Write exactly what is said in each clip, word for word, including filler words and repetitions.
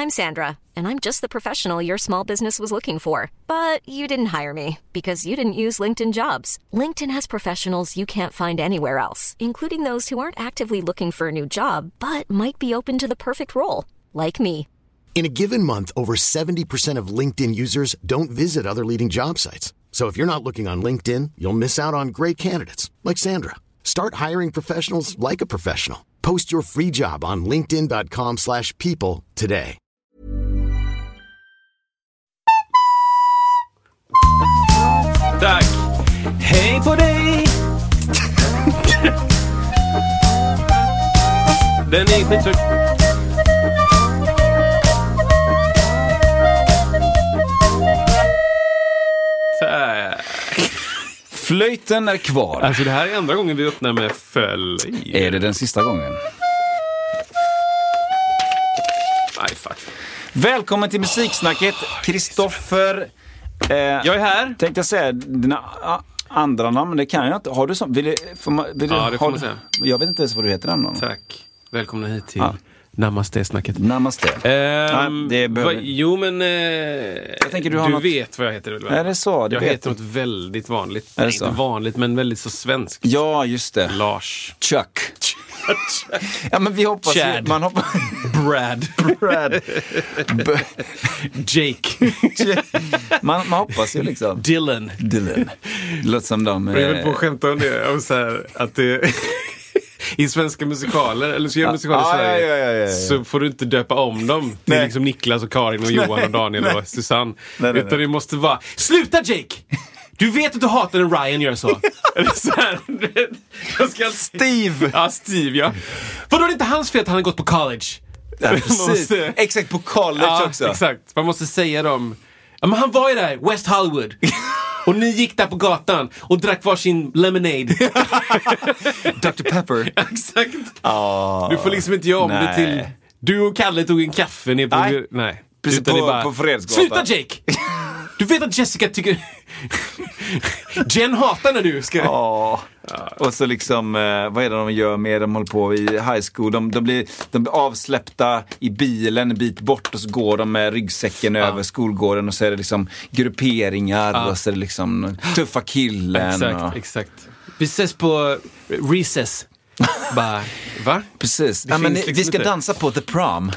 I'm Sandra, and I'm just the professional your small business was looking for. But you didn't hire me because you didn't use LinkedIn Jobs. LinkedIn has professionals you can't find anywhere else, including those who aren't actively looking for a new job, but might be open to the perfect role, like me. In a given month, over seventy percent of LinkedIn users don't visit other leading job sites. So if you're not looking on LinkedIn, you'll miss out on great candidates like Sandra. Start hiring professionals like a professional. Post your free job on linkedin dot com slash people today. Tack. Hej på dig. Den är skitsjuk. Flöjten är kvar. Alltså det här är andra gången vi öppnar med följ. Är det den sista gången? Nej, fuck. Välkommen till Musiksnacket, Kristoffer. Eh, jag är här. Tänkte jag säga dina a- andra namn, men det kan jag inte. Har du så? Vill, får man, vill ja, du, det får har, man säga. Jag vet inte ens vad du heter än. Tack. Välkomna hit till ja. Namaste-snacket. Namaste. Um, Nej, det behöver... va, jo, men... Eh, jag tänker du har du något... vet vad jag heter, väl? Är det så? Det jag vet heter du. något väldigt vanligt. Är det Nej, så? inte vanligt, men väldigt så svenskt. Ja, just det. Lars. Chuck. Ja, men vi hoppas ju, Chad. man hoppas Brad. Brad. B- Jake. man, man hoppas ju liksom. Dylan. Dylan. Det låter som de... Jag vill på att skämta om det. Och så här, att det... I svenska musikaler, eller så gör ja. musikaler i ah, Sverige, ja, ja, ja, ja. så får du inte döpa om dem till nej. liksom Niklas och Karin och Johan och Daniel nej. och Susanne. Nej, nej, utan nej. det måste vara, sluta Jake! Du vet att du hatar när Ryan gör så. Eller så här, jag ska... Steve! Ja, Steve, ja. Vadå, det är inte hans fel att han har gått på college? Ja, precis. Måste... Exakt, på college ja, också. Exakt, man måste säga dem. Ja, men han var ju där, West Hollywood. Och ni gick där på gatan och drack varsin lemonade. doktor Pepper. Exakt. Oh, du får liksom inte göra om nej. det till... Du och Kalle tog en kaffe ner på... Nej. nej. Precis, Utan på, det bara, på Fredsgatan. sluta Jake! Du vet att Jessica tycker... Jen hatar när du ska... Ja. Och så liksom, vad är det de gör med? De håller på i high school. De, de, blir, de blir avsläppta i bilen en bit bort och så går de med ryggsäcken ja. över skolgården och så är det liksom grupperingar ja. och så är det liksom tuffa killen. Exakt, och... exakt. Vi ses på recess. Bara, va? Precis. Ja, men liksom vi ska inte. dansa på The Prom.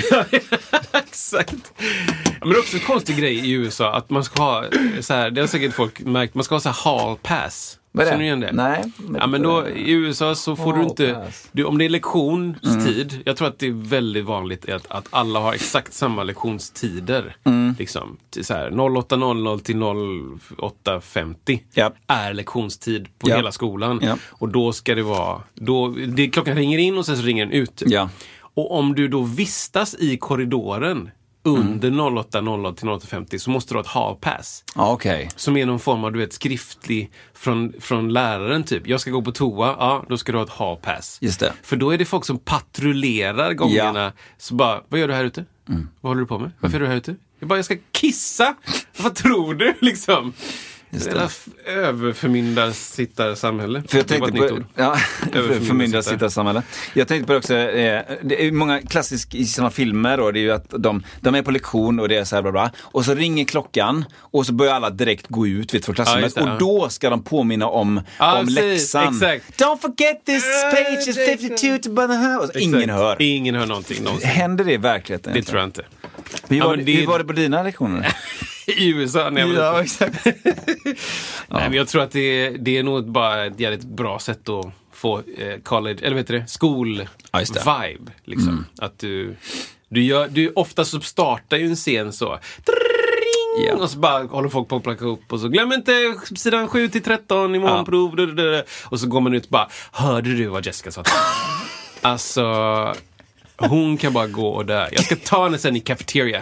Exakt. Ja, men det är också en konstig grej i U S A att man ska ha så här, det har säkert folk märkt, man ska ha så här hall pass. Vad är det? Känner du igen det? Nej. Men ja, men då i U S A så får hall du inte du, om det är lektionstid, mm. jag tror att det är väldigt vanligt att, att alla har exakt samma lektionstider. Mm. Liksom, så här åtta noll noll till åtta femtio yep. är lektionstid på yep. hela skolan. Yep. Och då ska det vara då, det, klockan ringer in och sen så ringer den ut. Ja. Och om du då vistas i korridoren under mm. åtta noll noll till åtta femtio så måste du ha ett hall pass. Ah, okay. Som är någon form av, du vet, skriftlig från, från läraren typ. Jag ska gå på toa, ja, då ska du ha ett hall pass. Just det. För då är det folk som patrullerar gångerna. Ja. Så bara, vad gör du här ute? Mm. Vad håller du på med? Varför mm. är du här ute? Jag bara, jag ska kissa. Vad tror du liksom? Det är f- överförmyndarsittarsamhälle. För jag tänkte på, ja, överförmyndarsittarsamhälle. Jag tänkte på det också, eh, det är många klassiska i sådana filmer då, det är ju att de, de är på lektion och det är så här bla bla, och så ringer klockan och så börjar alla direkt gå ut vid klassrummet ja, och då ska de påminna om, ja, om precis, läxan. Exakt. Don't forget this page is fifty-two to by the house. Ingen hör. Ingen hör någonting någonsin. Händer det i verkligheten? Det tror jag inte. Hur var, ja, det... hur var det på dina lektioner? I U S A. Nej, ja, exakt. Nej, men jag tror att det är, det är nog bara ett jävligt bra sätt att få eh, college, eller vet du det, skol-vibe. Liksom. Mm. Att du, du gör, du ofta så startar ju en scen så. Ja. Och så bara håller folk på att plocka upp och så glöm inte sidan sju till tretton i morgonprov. Ja. Och så går man ut och bara, hörde du vad Jessica sa? Alltså... Hon kan bara gå och dö. Jag ska ta henne sen i cafeteria.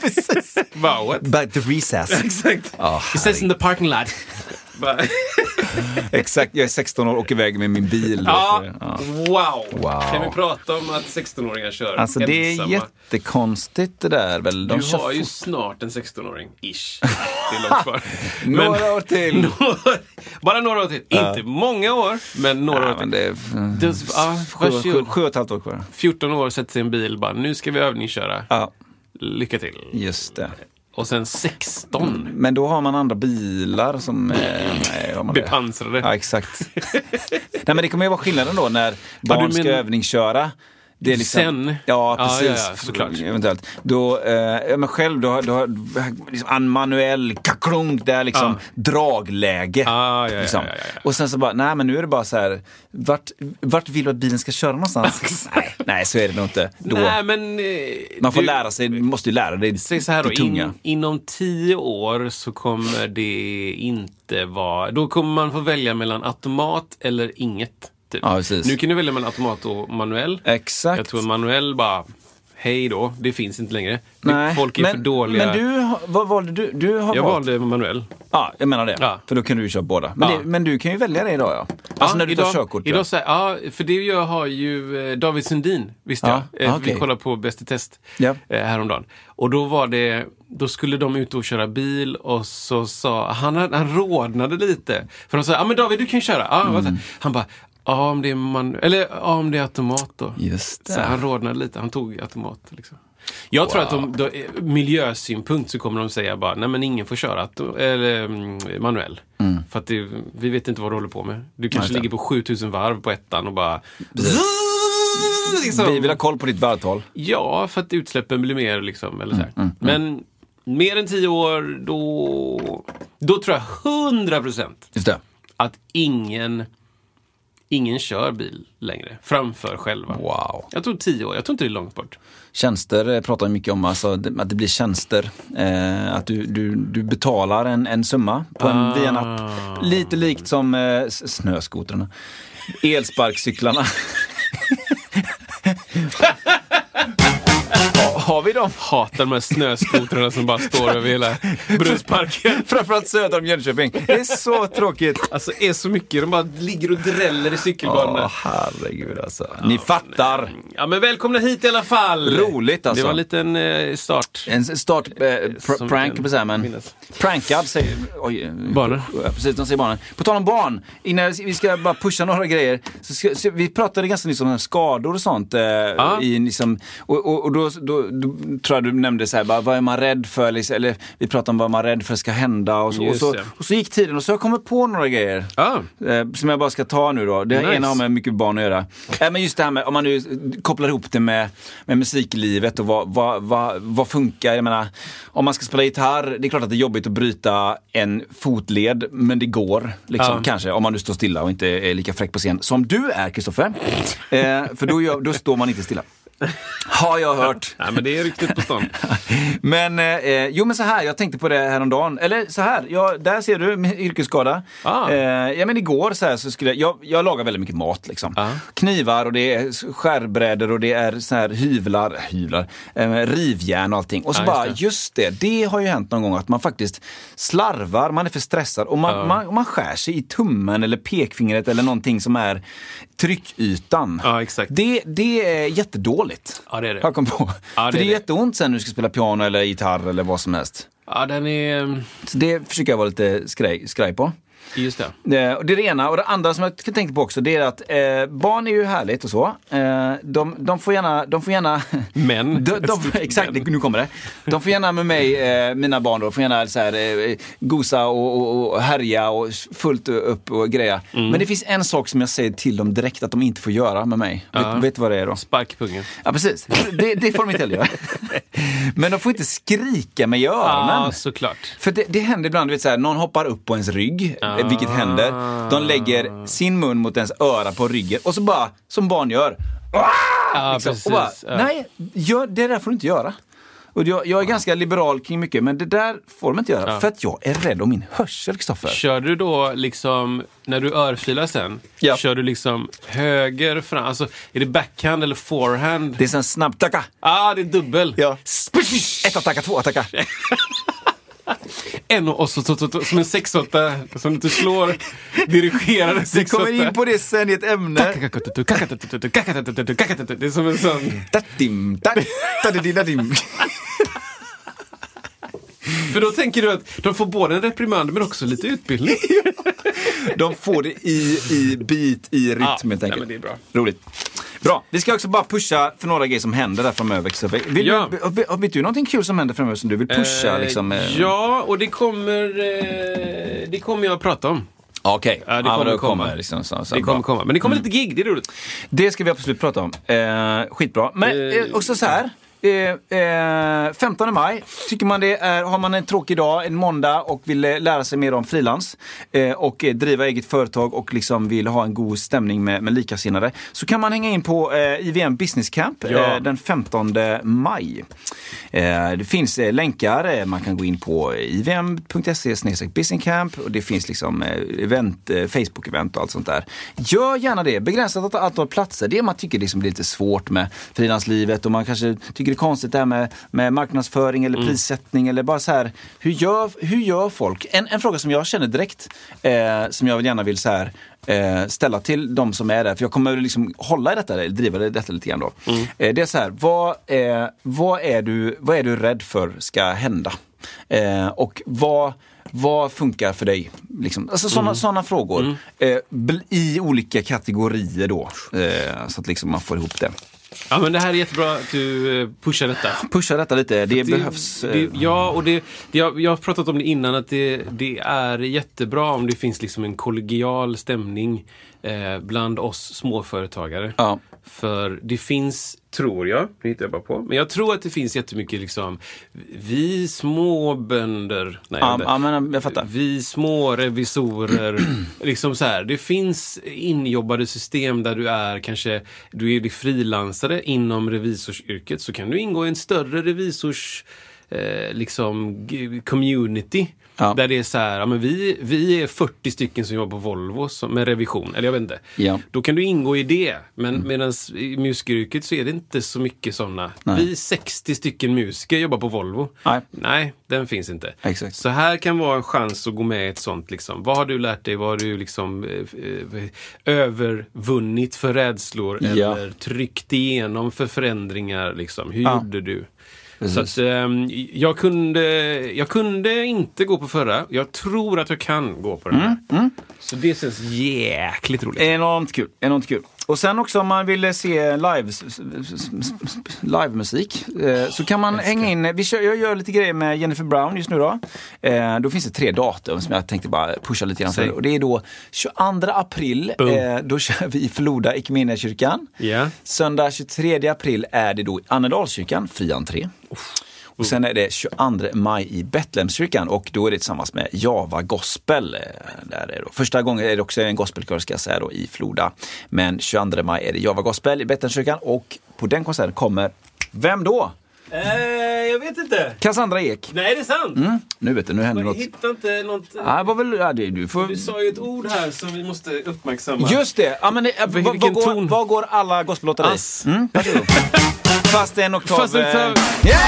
Precis. Bara, what? Back to recess. Exakt. Oh, It says in the parking lot. Exakt, jag är sexton år och åker iväg med min bil. Ja, ja. Wow. wow. Kan vi prata om att sexton-åringar kör Alltså det är ensamma? Jättekonstigt det där väl. De du har ju fort. Snart en sexton-åring, ish. Det är långt kvar. Några år till. några, bara några år till. Uh. Inte många år, men några ja, år till. Men det är, det, uh, sju, sju, sju och ett halvt år kvar. fjorton år sätter sig en bil, bara nu ska vi övningsköra. Ja. Lycka till. Just det. Och sen sexton. Mm, men då har man andra bilar som är bepansrade. Ja, exakt. Nej, men det kommer ju vara skillnaden då när barn ja, ska men... övningsköra. Det är liksom, sen? Ja, precis. Ja, ja, ja, såklart. Eventuellt. Då, eh, men själv, då, då liksom en manuell kaklunk, det är liksom ah. dragläge. Ah, ja, ja, liksom. ja, ja, ja. Och sen så bara, nej men nu är det bara så här, vart, vart vill du att bilen ska köra någonstans? nej, nej, så är det nog inte. Då, nej, men, eh, man får du, lära sig, måste ju lära dig säg så här det då, tunga. In, inom tio år så kommer det inte vara, då kommer man få välja mellan automat eller inget. Typ. Ja, nu kan du välja mellan automat och manuell. Exakt. Jag tror manuell bara, hej då, det finns inte längre. Nej, folk är men, för dåliga. Men du, vad valde du? du har jag valt. valde manuell. Ja, jag menar det. Ja. För då kan du ju köra båda. Men, ja. det, men du kan ju välja det idag, ja. Alltså ja, när du idag, tar körkort. Idag så här, ja, för det jag har ju eh, David Sundin, visste ja. jag. Eh, ah, okay. Vi kollade på Bäst i test ja. eh, häromdagen. Och då var det, då skulle de ut och köra bil och så sa, han, han rodnade lite. För de sa, ja men David du kan ju köra. Ah, mm. Han bara, ja om det är man, eller ja, om det är automat då. Just det. Så han rodnade lite, han tog automat liksom. Jag wow. tror att de, då, miljösynpunkt så kommer de säga bara, nej men ingen får köra eller, mm, manuell. Mm. För att det, vi vet inte vad du håller på med. Du kanske ligger på sjutusen varv på ettan och bara... Liksom. Vi vill ha koll på ditt varvtal. Ja, för att utsläppen blir mer liksom, eller så här. Mm, mm, men mer än tio år, då, då tror jag hundra procent att ingen... Ingen kör bil längre framför själva. Wow. Jag tror tio år, jag tror inte det är långt bort. Tjänster pratar jag mycket om, alltså, att det blir tjänster. Eh, att du, du, du betalar en, en summa på en, ah. via en app. Lite likt som eh, snöskotrarna. Elsparkcyklarna. Har vi dem? Hatar de här snöskotrarna som bara står över hela Brunnsparken. Framförallt söder om Jönköping. Det är så tråkigt. Alltså är så mycket. De bara ligger och dräller i cykelbanorna. Åh, herregud alltså. Ni ja, fattar. Men, ja, men välkomna hit i alla fall. Roligt alltså. Det var en liten eh, start. En start, eh, pr- prank på så här, men prankad säger... Oj, barnen. Precis, de säger barnen. På tal om barn, innan vi ska bara pusha några grejer. Så ska, så vi pratade ganska nyss om skador och sånt. Eh, ah. i, liksom, och, och, och då... då Då tror jag du nämnde så här, bara, vad är man rädd för? Liksom, eller vi pratade om vad man är rädd för ska hända. Och så, och så, och så gick tiden och så har jag kommit på några grejer. Ah. Eh, som jag bara ska ta nu då. Det nice. Ena har med mycket barn att göra. Eh, men just det här med, om man nu kopplar ihop det med, med musiklivet och vad, vad, vad, vad funkar. Jag menar, om man ska spela gitarr, det är klart att det är jobbigt att bryta en fotled, men det går liksom, ah. kanske, om man nu står stilla och inte är lika fräck på scen som du är, Kristoffer. Eh, för då, gör, då står man inte stilla. Har jag hört. Ja, men det är riktigt på stan. Men, eh, jo men så här, jag tänkte på det häromdagen. Eller så här, jag, där ser du min yrkesskada. Ah. Eh, ja men igår så här så skulle jag, jag, jag lagar väldigt mycket mat liksom. Ah. Knivar och det är skärbrädor och det är så här hyvlar, hyvlar, eh, rivjärn och allting. Och så ah, bara, just det. just det, det har ju hänt någon gång att man faktiskt slarvar, man är för stressad och man, ah. man, man skär sig i tummen eller pekfingret eller någonting som är tryckytan. Ja, exakt. Det, det är jättedåligt. Ja, det är det. Jag kom på. Ja, För det det är, är jätteont sen när du ska spela piano eller gitarr eller vad som helst. Ja, den är... Så det försöker jag vara lite skraj, skraj på. Just det. Det, och det är det ena. Och det andra som jag tänkte på också, det är att eh, barn är ju härligt och så. Eh, de, de får gärna... De får gärna Men. de, de, exakt, men. Nu kommer det. De får gärna med mig, eh, mina barn då, får gärna så här, eh, gosa och, och, och härja och fullt upp och greja. Mm. Men det finns en sak som jag säger till dem direkt att de inte får göra med mig. Ja. Vet, vet du vad det är då? Sparkpungen. Ja, precis. Det, det får de inte heller göra. Men de får inte skrika med öronen. Ja, såklart. För det, det händer ibland, du vet så här, någon hoppar upp på ens rygg. Ja. Vilket händer. De lägger sin mun mot ens öra på ryggen. Och så bara, som barn gör. Ja, liksom. Precis. Och bara, ja. nej, gör, det där får du inte göra. Och jag, jag är ganska liberal kring mycket, men det där får de inte göra. Ja. För att jag är rädd om min hörsel, Kristoffer. Kör du då liksom, när du örfilar sen, ja. Kör du liksom höger fram, alltså är det backhand eller forehand? Det är en snabb tacka. Ja, ah, det är dubbel. Ja. Ett attacka, två attacka. en och så, så, så, så, som en sexåtta som du slår dirigerade sexåtta. Vi kommer in på det sen i ett ämne. Det är som en sån... Datim, datim. För då tänker du att de får både en reprimand men också lite utbildning. De får det i, i bit, i rytm. Ja, nej, men det är bra. Roligt. Bra, vi ska också bara pusha för några grejer som händer där framöver. Vill ja. du, vet du någonting kul som händer framöver som du vill pusha? Eh, liksom, eh? Ja, och det kommer, eh, det kommer jag att prata om. Okej, okay. ja, det kommer ja, komma. kommer, liksom, så, så, det kommer komma. Men det kommer mm. lite gig, det är roligt. Det ska vi absolut prata om. Eh, skitbra. Men eh, också så här. Eh, eh, femtonde maj, tycker man det är, har man en tråkig dag, en måndag och vill eh, lära sig mer om frilans eh, och eh, driva eget företag och liksom vill ha en god stämning med, med likasinnade, så kan man hänga in på eh, I V M Business Camp ja. eh, den femtonde maj. Eh, det finns eh, länkar, eh, man kan gå in på i v m punkt s e slash business camp och det finns liksom eh, event, eh, Facebook-event och allt sånt där. Gör gärna det, begränsat antal platser, det man tycker liksom blir lite svårt med frilanslivet och man kanske tycker det är konstigt det här med, med marknadsföring eller mm. prissättning eller bara så här, hur gör, hur gör folk? En, en fråga som jag känner direkt eh, som jag vill gärna vill så här eh, ställa till de som är där, för jag kommer liksom hålla i detta, eller driva det, detta lite grann då. Mm. Eh, det är så här, vad, eh, vad, är du, vad är du rädd för ska hända? Eh, och vad Vad funkar för dig? Liksom. Alltså sådana mm. såna frågor mm. eh, bl- i olika kategorier då. Eh, så att liksom man får ihop det. Ja, men det här är jättebra att du pushar detta. Pushar detta lite, det, det behövs. Det, ja, och det, det, jag, jag har pratat om det innan att det, det är jättebra om det finns liksom en kollegial stämning eh, bland oss småföretagare. Ja. För det finns, tror jag, det hittar jag bara på, men jag tror att det finns jättemycket liksom, vi små bönder, nej, ja, ja, men jag fattar. Vi små revisorer, liksom så här, det finns injobbade system där du är kanske, du är frilansare inom revisorsyrket, så kan du ingå i en större revisors eh, liksom community. Ja. Där det är så här, ja, men vi, vi är fyrtio stycken som jobbar på Volvo som, med revision, eller jag vet inte. Ja. Då kan du ingå i det, men mm. medan i musikeryrket så är det inte så mycket sådana. Vi sextio stycken musiker jobbar på Volvo. Nej, Nej den finns inte. Exakt. Så här kan vara en chans att gå med i ett sånt liksom. Vad har du lärt dig? Vad har du liksom eh, övervunnit för rädslor ja. eller tryckt igenom för förändringar liksom? Hur ja. gjorde du? Precis. Så att, um, jag, kunde, jag kunde inte gå på förra. Jag tror att jag kan gå på den här. Mm, mm. Så det känns jäkligt roligt. Enormt kul, enormt kul. Och sen också om man vill se live, live musik så kan man hänga in. Vi kör, jag gör lite grejer med Jennifer Brown just nu då. Då finns det tre datum som jag tänkte bara pusha lite grann för. Och det är då tjugoandra april. Mm. Då kör vi i Floda Equmeniakyrkan. Yeah. Söndag tjugotredje april är det då i Annedalskyrkan, fri entré. Och sen är det tjugoandra maj i Betlehemskyrkan och då är det tillsammans med Java Gospel. Där är då. Första gången är det också en gospelkör ska jag säga då, i Floda. Men tjugoandra maj är det Java Gospel i Betlehemskyrkan och på den konserten kommer, vem då? Eh, jag vet inte. Cassandra Ek. Nej, det är sant. Mm. Nu vet du, nu händer något. Jag hittar inte något. Ja, vad väl, ja, det, du, får... du sa ju ett ord här som vi måste uppmärksamma. Just det. Ja, men det, vad, vad, går, vad går alla gospellåtar i? Mm? Fast en oktav. Fast en oktav. Yeah!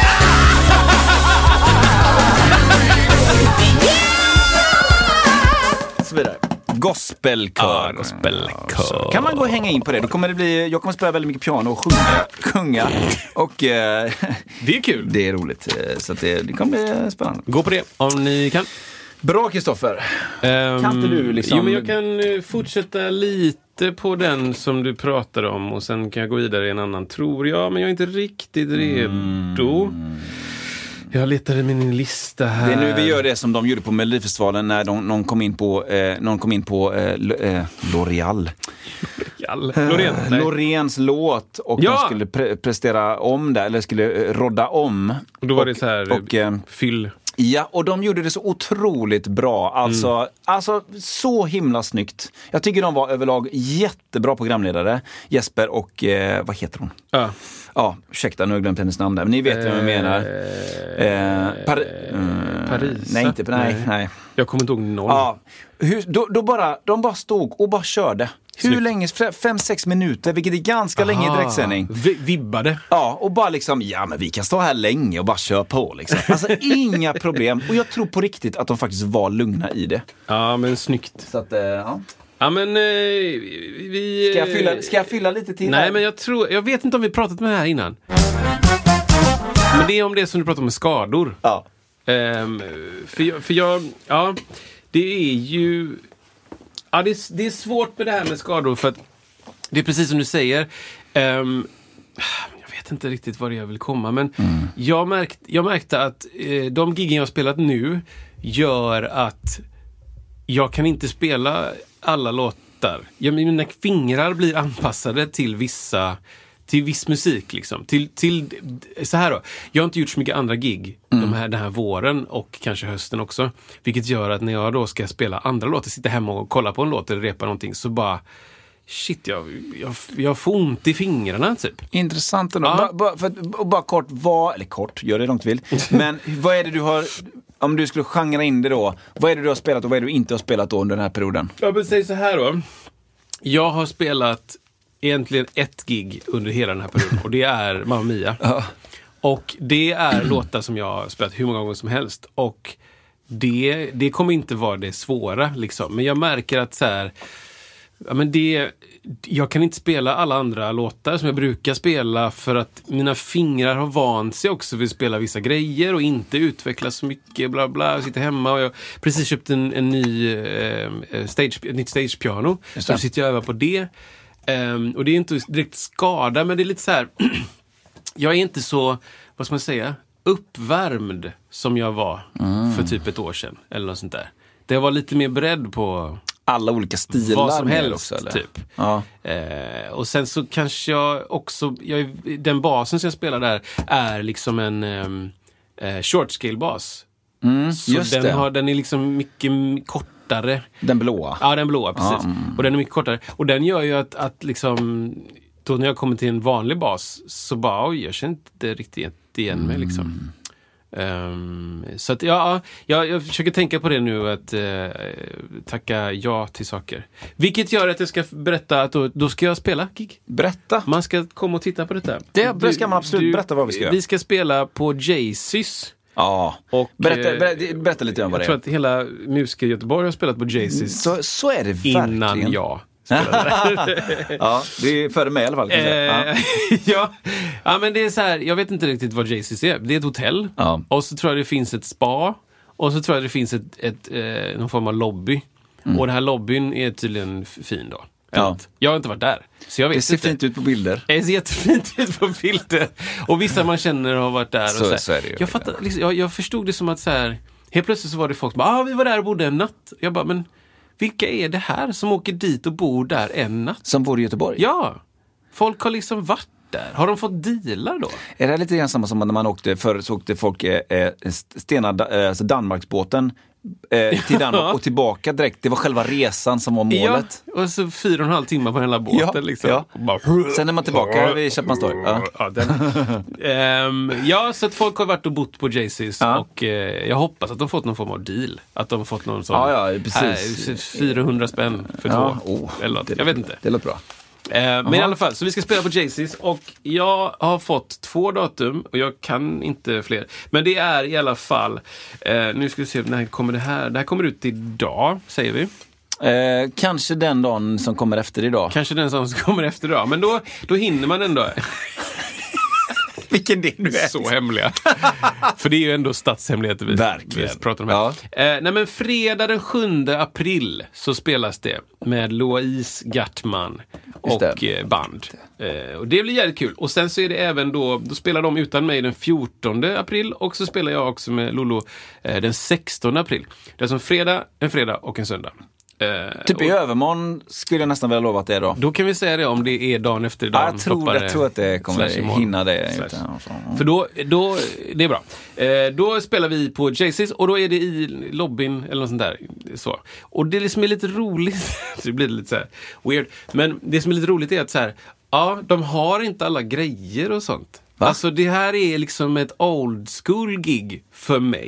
Så vidare. Gospelkör. Ja, gospelkör. Kan man gå och hänga in på det? Då kommer det bli, jag kommer spela väldigt mycket piano och sjunga. sjunga och, eh, det är kul. Det är roligt. Så att det, det kommer bli spännande. Gå på det om ni kan. Bra, Kristoffer. Um, kan inte du liksom... Jo, men jag kan fortsätta lite på den som du pratade om och sen kan jag gå vidare i en annan, tror jag. Men jag är inte riktigt redo. Mm. Jag letar i min lista här. Det är nu vi gör det som de gjorde på Melodifestivalen när de, någon kom in på, eh, någon kom in på eh, eh, L'Oreal. L'Oreal? Loreen, eh, Loreens låt och ja! de skulle pre- prestera om det, eller skulle eh, rodda om. Och då var och, det så här, och, eh, fyll... Ja, och de gjorde det så otroligt bra. Alltså, mm. alltså så himla snyggt. Jag tycker de var överlag jättebra programledare. Jesper och, eh, vad heter hon? Ja. Ja, ursäkta, nu har jag glömt hennes namn där. Men ni vet eh, vad jag menar. Eh, Par- eh, Paris? Nej, inte, nej, nej. Jag kommer inte ihåg noll. Ja, hur, då, då bara, de bara stod och bara körde. Hur Snyggt. länge? Fem, sex minuter, vilket är ganska Aha, länge i direktsändning. Vi, vibbade. Ja, och bara liksom, ja men vi kan stå här länge och bara köra på liksom. Alltså inga problem. Och jag tror på riktigt att de faktiskt var lugna i det. Ja, men snyggt. Så att, eh, ja. Ja, men eh, vi... Ska jag, fylla, ska jag fylla lite till Nej, här? men jag tror... Jag vet inte om vi pratat med det här innan. Men det är om det som du pratar om med skador. Ja. Um, för, jag, för jag... Ja, det är ju... Ja, det är, det är svårt med det här med skador för att det är precis som du säger. Um, jag vet inte riktigt var det jag vill komma, men mm. jag, märkt, jag märkte att eh, de giggen jag har spelat nu gör att jag kan inte spela alla låtar. Jag, mina fingrar blir anpassade till vissa till viss musik liksom. Till, till så här då. Jag har inte gjort så mycket andra gig mm. de här, den här våren och kanske hösten också. Vilket gör att när jag då ska spela andra låtar, sitta hemma och kolla på en låt eller repa någonting, så bara shit, jag, jag, jag får ont i fingrarna typ. Intressant ändå. Ja. Bara, bara, för, bara kort, vad, eller kort, gör det långt vill. Men vad är det du har, om du skulle genra in det då, vad är det du har spelat och vad är det du inte har spelat då under den här perioden? Jag vill säga så här då. Jag har spelat egentligen ett gig under hela den här perioden och det är Mamma Mia. Ja. Och det är låtar som jag har spelat hur många gånger som helst och det, det kommer inte vara det svåra liksom. Men jag märker att så här, ja, men det, jag kan inte spela alla andra låtar som jag brukar spela för att mina fingrar har vant sig också vid att spela vissa grejer och inte utveckla så mycket bla bla. Jag sitter hemma och jag precis köpt en, en ny eh, stage, ett nytt stagepiano. Så sitter jag över på det. Um, och det är inte direkt skada, men det är lite så här. Jag är inte så, vad ska man säga, uppvärmd som jag var mm. för typ ett år sedan eller något sånt där. Det var lite mer beredd på alla olika stilar vad som helst också, eller? Typ. Ja. Uh, och sen så kanske jag också jag, den basen som jag spelar där är liksom en um, uh, short scale bas. Mm, så just den det. har den är liksom mycket kortare. Den blåa. Ja, den blåa, precis. Ja, mm. Och den är mycket kortare. Och den gör ju att, att liksom, då när jag kommer till en vanlig bas så bara, oj, jag känner inte riktigt igen mig liksom. Um, så att ja, jag, jag försöker tänka på det nu, att uh, tacka ja till saker. Vilket gör att jag ska berätta att då, då ska jag spela gig. Berätta. Man ska komma och titta på detta. Det du, ska man absolut du, berätta vad vi ska göra. Vi ska spela på Jaycees. Ja, och, berätta, berätta, berätta lite om vad det är. Jag tror att hela musiker i Göteborg har spelat på Jaycees. Så, så är det verkligen. Innan jag ja, det är före mig i alla fall. Eh, ja. ja. ja, men det är så här, jag vet inte riktigt vad Jaycees är. Det är ett hotell. Ja. Och så tror jag det finns ett spa. Och så tror jag det finns ett, ett, eh, någon form av lobby. Mm. Och den här lobbyn är tydligen fin då. Ja. Jag har inte varit där. Så jag vet det ser inte. fint ut på bilder. Det ser jättefint ut på bilder. Och vissa man känner har varit där. Så, och så, så är det ju. Jag, fattar, liksom, jag, jag förstod det som att så här, helt plötsligt så var det folk som bara, ah, vi var där och bodde en natt. Jag bara, men vilka är det här som åker dit och bor där en natt? Som bor i Göteborg? Ja. Folk har liksom varit där. Har de fått dealar då? Är det lite grann samma som när man åkte, förr så åkte folk eh, Stena, eh, alltså Danmarksbåten eh, till Danmark och tillbaka direkt. Det var själva resan som var målet. Ja, och så fyra och en halv timme på den här båten. Ja, liksom. Ja. Bara, sen är man tillbaka vid Köpmanstorg. Ja. Ja, den. um, ja, så att folk har varit och bott på Jaycees ja. Och uh, jag hoppas att de fått någon form av deal. Att de fått någon sån ja, ja, precis. Här, fyrahundra spänn för ja. två. Oh, eller det, jag vet inte. Det låter bra. Uh, men i alla fall, så vi ska spela på Jaycees och jag har fått två datum och jag kan inte fler. Men det är i alla fall, uh, nu ska vi se när kommer det här. Det här kommer ut idag, säger vi. Eh, kanske den dagen som kommer efter idag. Kanske den som kommer efter idag. Men då, då hinner man ändå. Vilken del du är. Så hemliga. För det är ju ändå statshemligheter vi, verkligen. vi pratar om här. Ja. Eh, nej men fredag den sjunde april så spelas det med Louise Gattman och eh, band. Eh, och det blir jävligt kul. Och sen så är det även då, då spelar de utan mig den fjortonde april och så spelar jag också med Lolo eh, den sextonde april. Det är som fredag, en fredag och en söndag. Uh, typ och, i övermorgon skulle jag nästan vilja lova att det är då. Då kan vi säga det om det är dagen efter dagen. Ja, jag, tror, jag tror att det kommer hinna det. Mm. För då, då, det är bra. Uh, då spelar vi på Jaycees och då är det i lobbyn eller något sånt där. Så. Och det som är lite roligt, det blir lite så här weird, men det som är lite roligt är att så här, ja, de har inte alla grejer och sånt. Va? Alltså det här är liksom ett old school gig för mig.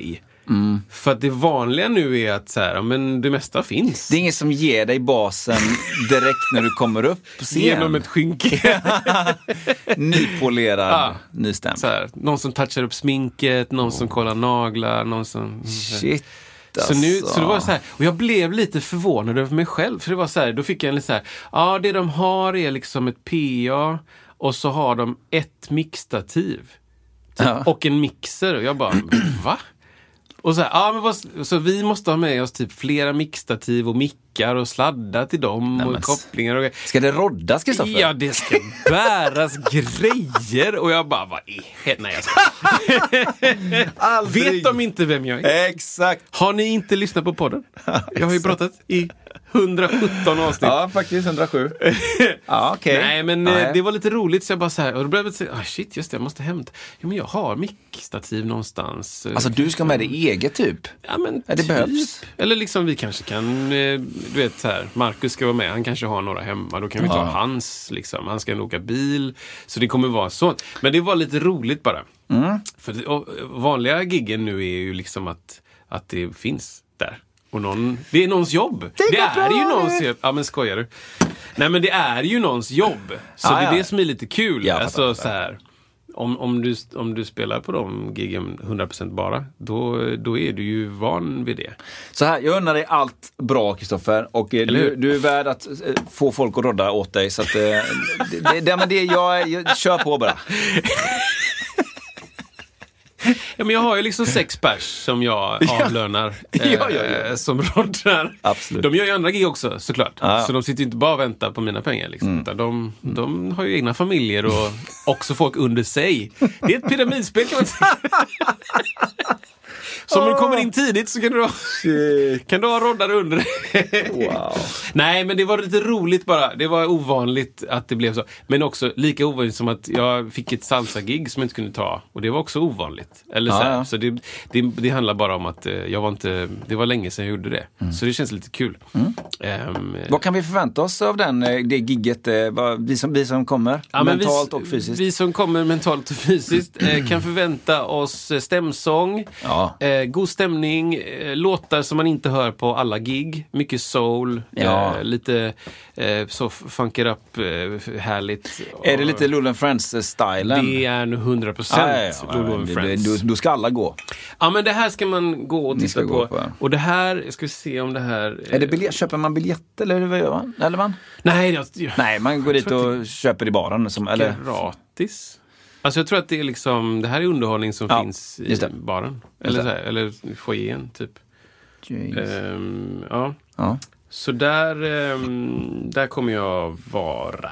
Mm. För att det vanliga nu är att så här, men det mesta finns. Det är ingen som ger dig basen direkt när du kommer upp på scen. Genom ett skynke. Nypolerad, ja. nystämd. Så här, någon som touchar upp sminket, någon oh. som kollar naglar, någon som... Shit. Så, nu, så det var så här, och jag blev lite förvånad över mig själv. För det var så här, då fick jag en lite så här, ja det de har är liksom ett P A och så har de ett mixtativ. Typ, ja. Och en mixer. Och jag bara, va? Och så här, ja men vad, så vi måste ha med oss typ flera mixtativ och mickar och sladdar till dem. Nej, och kopplingar och... Ska det roddas, Kristoffer? Ja, det ska bäras grejer. Och jag bara, vad är... Nej, jag ska... Vet de inte vem jag är? Exakt. Har ni inte lyssnat på podden? Jag har ju pratat i hundrasjutton avsnitt. Ja, faktiskt hundrasju. Ja, okej. Okay. Nej, men Nej. det var lite roligt så jag bara så här, och då började jag säga, ah, shit, just det, jag måste hämta. Jo, men jag har mickstativ någonstans. Alltså du ska med det eget typ? Ja, men ja, det typ. behövs. Eller liksom vi kanske kan, du vet så här, Marcus ska vara med, han kanske har några hemma, då kan vi ta ja. hans liksom, han ska åka bil. Så det kommer vara så. Men det var lite roligt bara. Mm. För det, och, vanliga giggen nu är ju liksom att, att det finns där. Och någon, det är någons jobb. Det, det är ju någons jobb. Ja, men skojar du? Nej, men det är ju någons jobb. Så ah, det är ja. det som är lite kul. Ja, alltså så här, om, om, du, om du spelar på de giggen hundra procent bara, då, då är du ju van vid det. Så här, jag undrar dig allt bra, Kristoffer. Och du, du är värd att få folk att rodda åt dig. Så att, det, det, det, men det, jag, jag kör på bara. Ja, men jag har ju liksom sex pers som jag avlönar ja. Eh, ja, ja, ja. som roddar. Absolut. De gör ju andra gig också, såklart. Ja. Så de sitter ju inte bara och väntar på mina pengar. Liksom. Mm. Utan de, de har ju egna familjer och också folk under sig. Det är ett pyramidspel, kan man säga. Så om du kommer in tidigt så kan du ha, kan du ha roddare under. Wow. Nej, men det var lite roligt bara. Det var ovanligt att det blev så. Men också lika ovanligt som att jag fick ett salsa-gig som jag inte kunde ta. Och det var också ovanligt. Eller så här. Ja. Så det, det, det handlar bara om att jag var inte... Det var länge sedan jag gjorde det. Mm. Så det känns lite kul. Mm. Um, Vad kan vi förvänta oss av den, det gigget? Vi som, vi som kommer ja, mentalt vi, och fysiskt? Vi som kommer mentalt och fysiskt kan förvänta oss stämsång. Ja. Eh, god stämning, eh, låtar som man inte hör på alla gig, mycket soul, ja. eh, lite eh, så funker upp, eh, härligt. Är det lite Lulu and Friends-stylen? Det är nu hundra procent ah, ja, ja, Lulu and Friends. Då, då ska alla gå. Ja, men det här ska man gå och titta på. på. Och det här, ska vi se om det här... Är det biljett, köper man biljett eller vad gör man? Eller man? Nej, jag, jag, Nej, man går dit och det... köper i baren. Som, eller... Gratis. Alltså jag tror att det är liksom, det här är underhållning som ja, finns i baren. Eller, så här, eller foajén typ. Um, ja. ja. Så där, um, där kommer jag vara.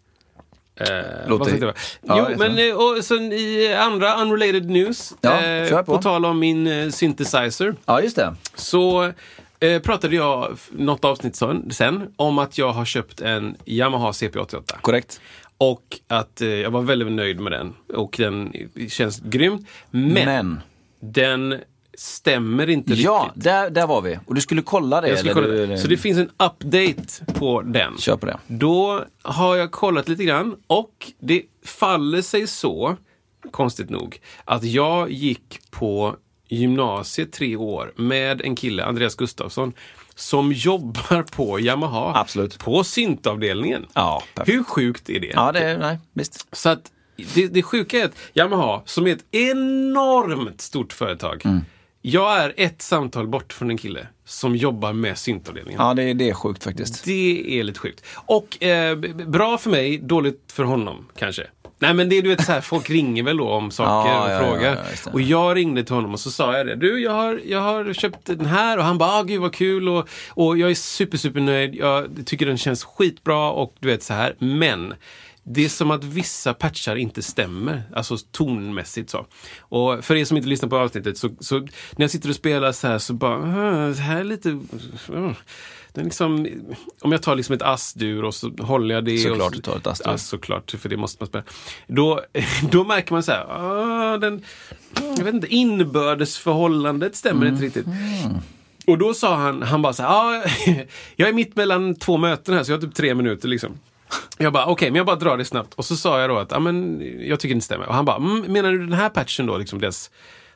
Uh, Låter det. Ja, jo, men och sen i andra unrelated news, ja, uh, på. på tal om min uh, synthesizer. Ja, just det. Så uh, pratade jag något avsnitt sen om att jag har köpt en Yamaha C P åttioåtta. Korrekt. Och att eh, jag var väldigt nöjd med den. Och den känns grymt. Men, men. den stämmer inte riktigt. Ja, där, där var vi. Och du skulle kolla det. Jag skulle eller? Kolla det. Så det finns en update på den. Kör på det. Då har jag kollat lite grann. Och det faller sig så, konstigt nog, att jag gick på gymnasiet tre år med en kille, Andreas Gustafsson, som jobbar på Yamaha. Absolut. På syntavdelningen. Ja, perfekt. Hur sjukt är det? Ja, det är, nej, visst. Så att det, det sjuka är att Yamaha, som är ett enormt stort företag, mm. jag är ett samtal bort från en kille som jobbar med syntavdelningen. Ja, det, det är sjukt faktiskt. Det är lite sjukt. Och eh, bra för mig, dåligt för honom kanske. Nej, men det är du vet så här, folk ringer väl då om saker ja, och ja, frågar. Ja, ja, och jag ringde till honom och så sa jag det. Du, jag har, jag har köpt den här. Och han bara, ah, gud vad kul. Och, och jag är super, super nöjd. Jag tycker den känns skitbra och du vet så här. Men det är som att vissa patchar inte stämmer. Alltså tonmässigt så. Och för er som inte lyssnar på avsnittet så, så när jag sitter och spelar så här så bara, det här är lite... Uh. Det är liksom, om jag tar liksom ett ass-dur och så håller jag det. Såklart och, du tar ett ass-dur. Ja, såklart, för det måste man spela. Då, då märker man så här, ah, den, jag vet inte, inbördesförhållandet stämmer mm. inte riktigt. Mm. Och då sa han, han bara så här, ah, jag är mitt mellan två möten här så jag har typ tre minuter liksom. Jag bara, okej, okay, men jag bara drar det snabbt. Och så sa jag då att, ja ah, men jag tycker det inte stämmer. Och han bara, mm, menar du den här patchen då, liksom deras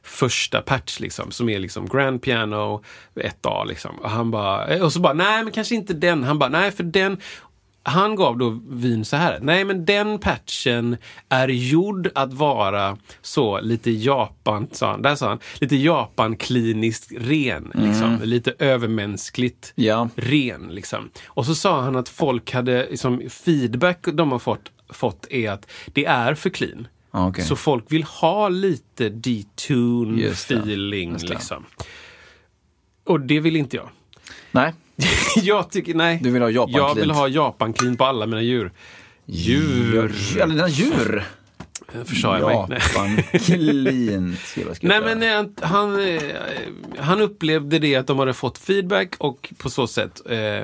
första patch liksom, som är liksom Grand Piano ett A liksom. Och han bara, och så bara, nej men kanske inte den. Han bara, nej för den, han gav då vin så här. Nej men den patchen är gjord att vara så lite Japan, sa han, där sa han, lite Japan-kliniskt ren liksom, mm. lite övermänskligt ja. ren liksom. Och så sa han att folk hade liksom, feedback de har fått, fått är att det är för clean. Okay. Så folk vill ha lite detune feeling liksom. Och det vill inte jag. Nej. jag tycker, nej. Du vill ha Japan Jag vill ha Japan clean på alla mina djur. Djur. Alla dina djur. Försade jag mig. Japan clean. Nej men han, han upplevde det att de hade fått feedback och på så sätt eh,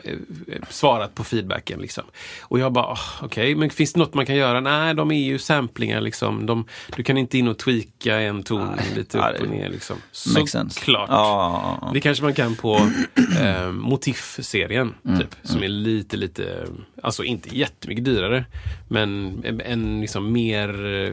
svarat på feedbacken liksom. Och jag bara, oh, okej, okay, men finns det något man kan göra? Nej, de är ju samplingar liksom. De, du kan inte in och tweaka en ton nej, lite upp och ner liksom. Såklart. Ah. Det kanske man kan på eh, Motif-serien mm, typ, som mm. är lite, lite, alltså inte jättemycket dyrare, men en, en liksom mer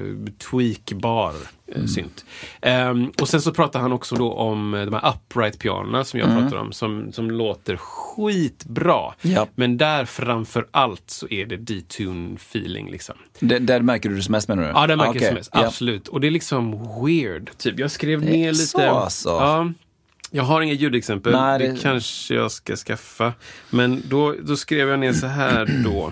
tweakbar mm. synt. Um, och sen så pratar han också då om de här upright pianorna som jag mm. pratar om, som, som låter skitbra. Ja. Men där framför allt så är det detune feeling liksom. D- där märker du det som mest, menar du? Ja, där märker okay. jag det som mest, ja. absolut. Och det är liksom weird, typ. Jag skrev ner lite... Så alltså. Ja, jag har inga ljudexempel. Nej, det... det kanske jag ska skaffa. Men då, då skrev jag ner så här då.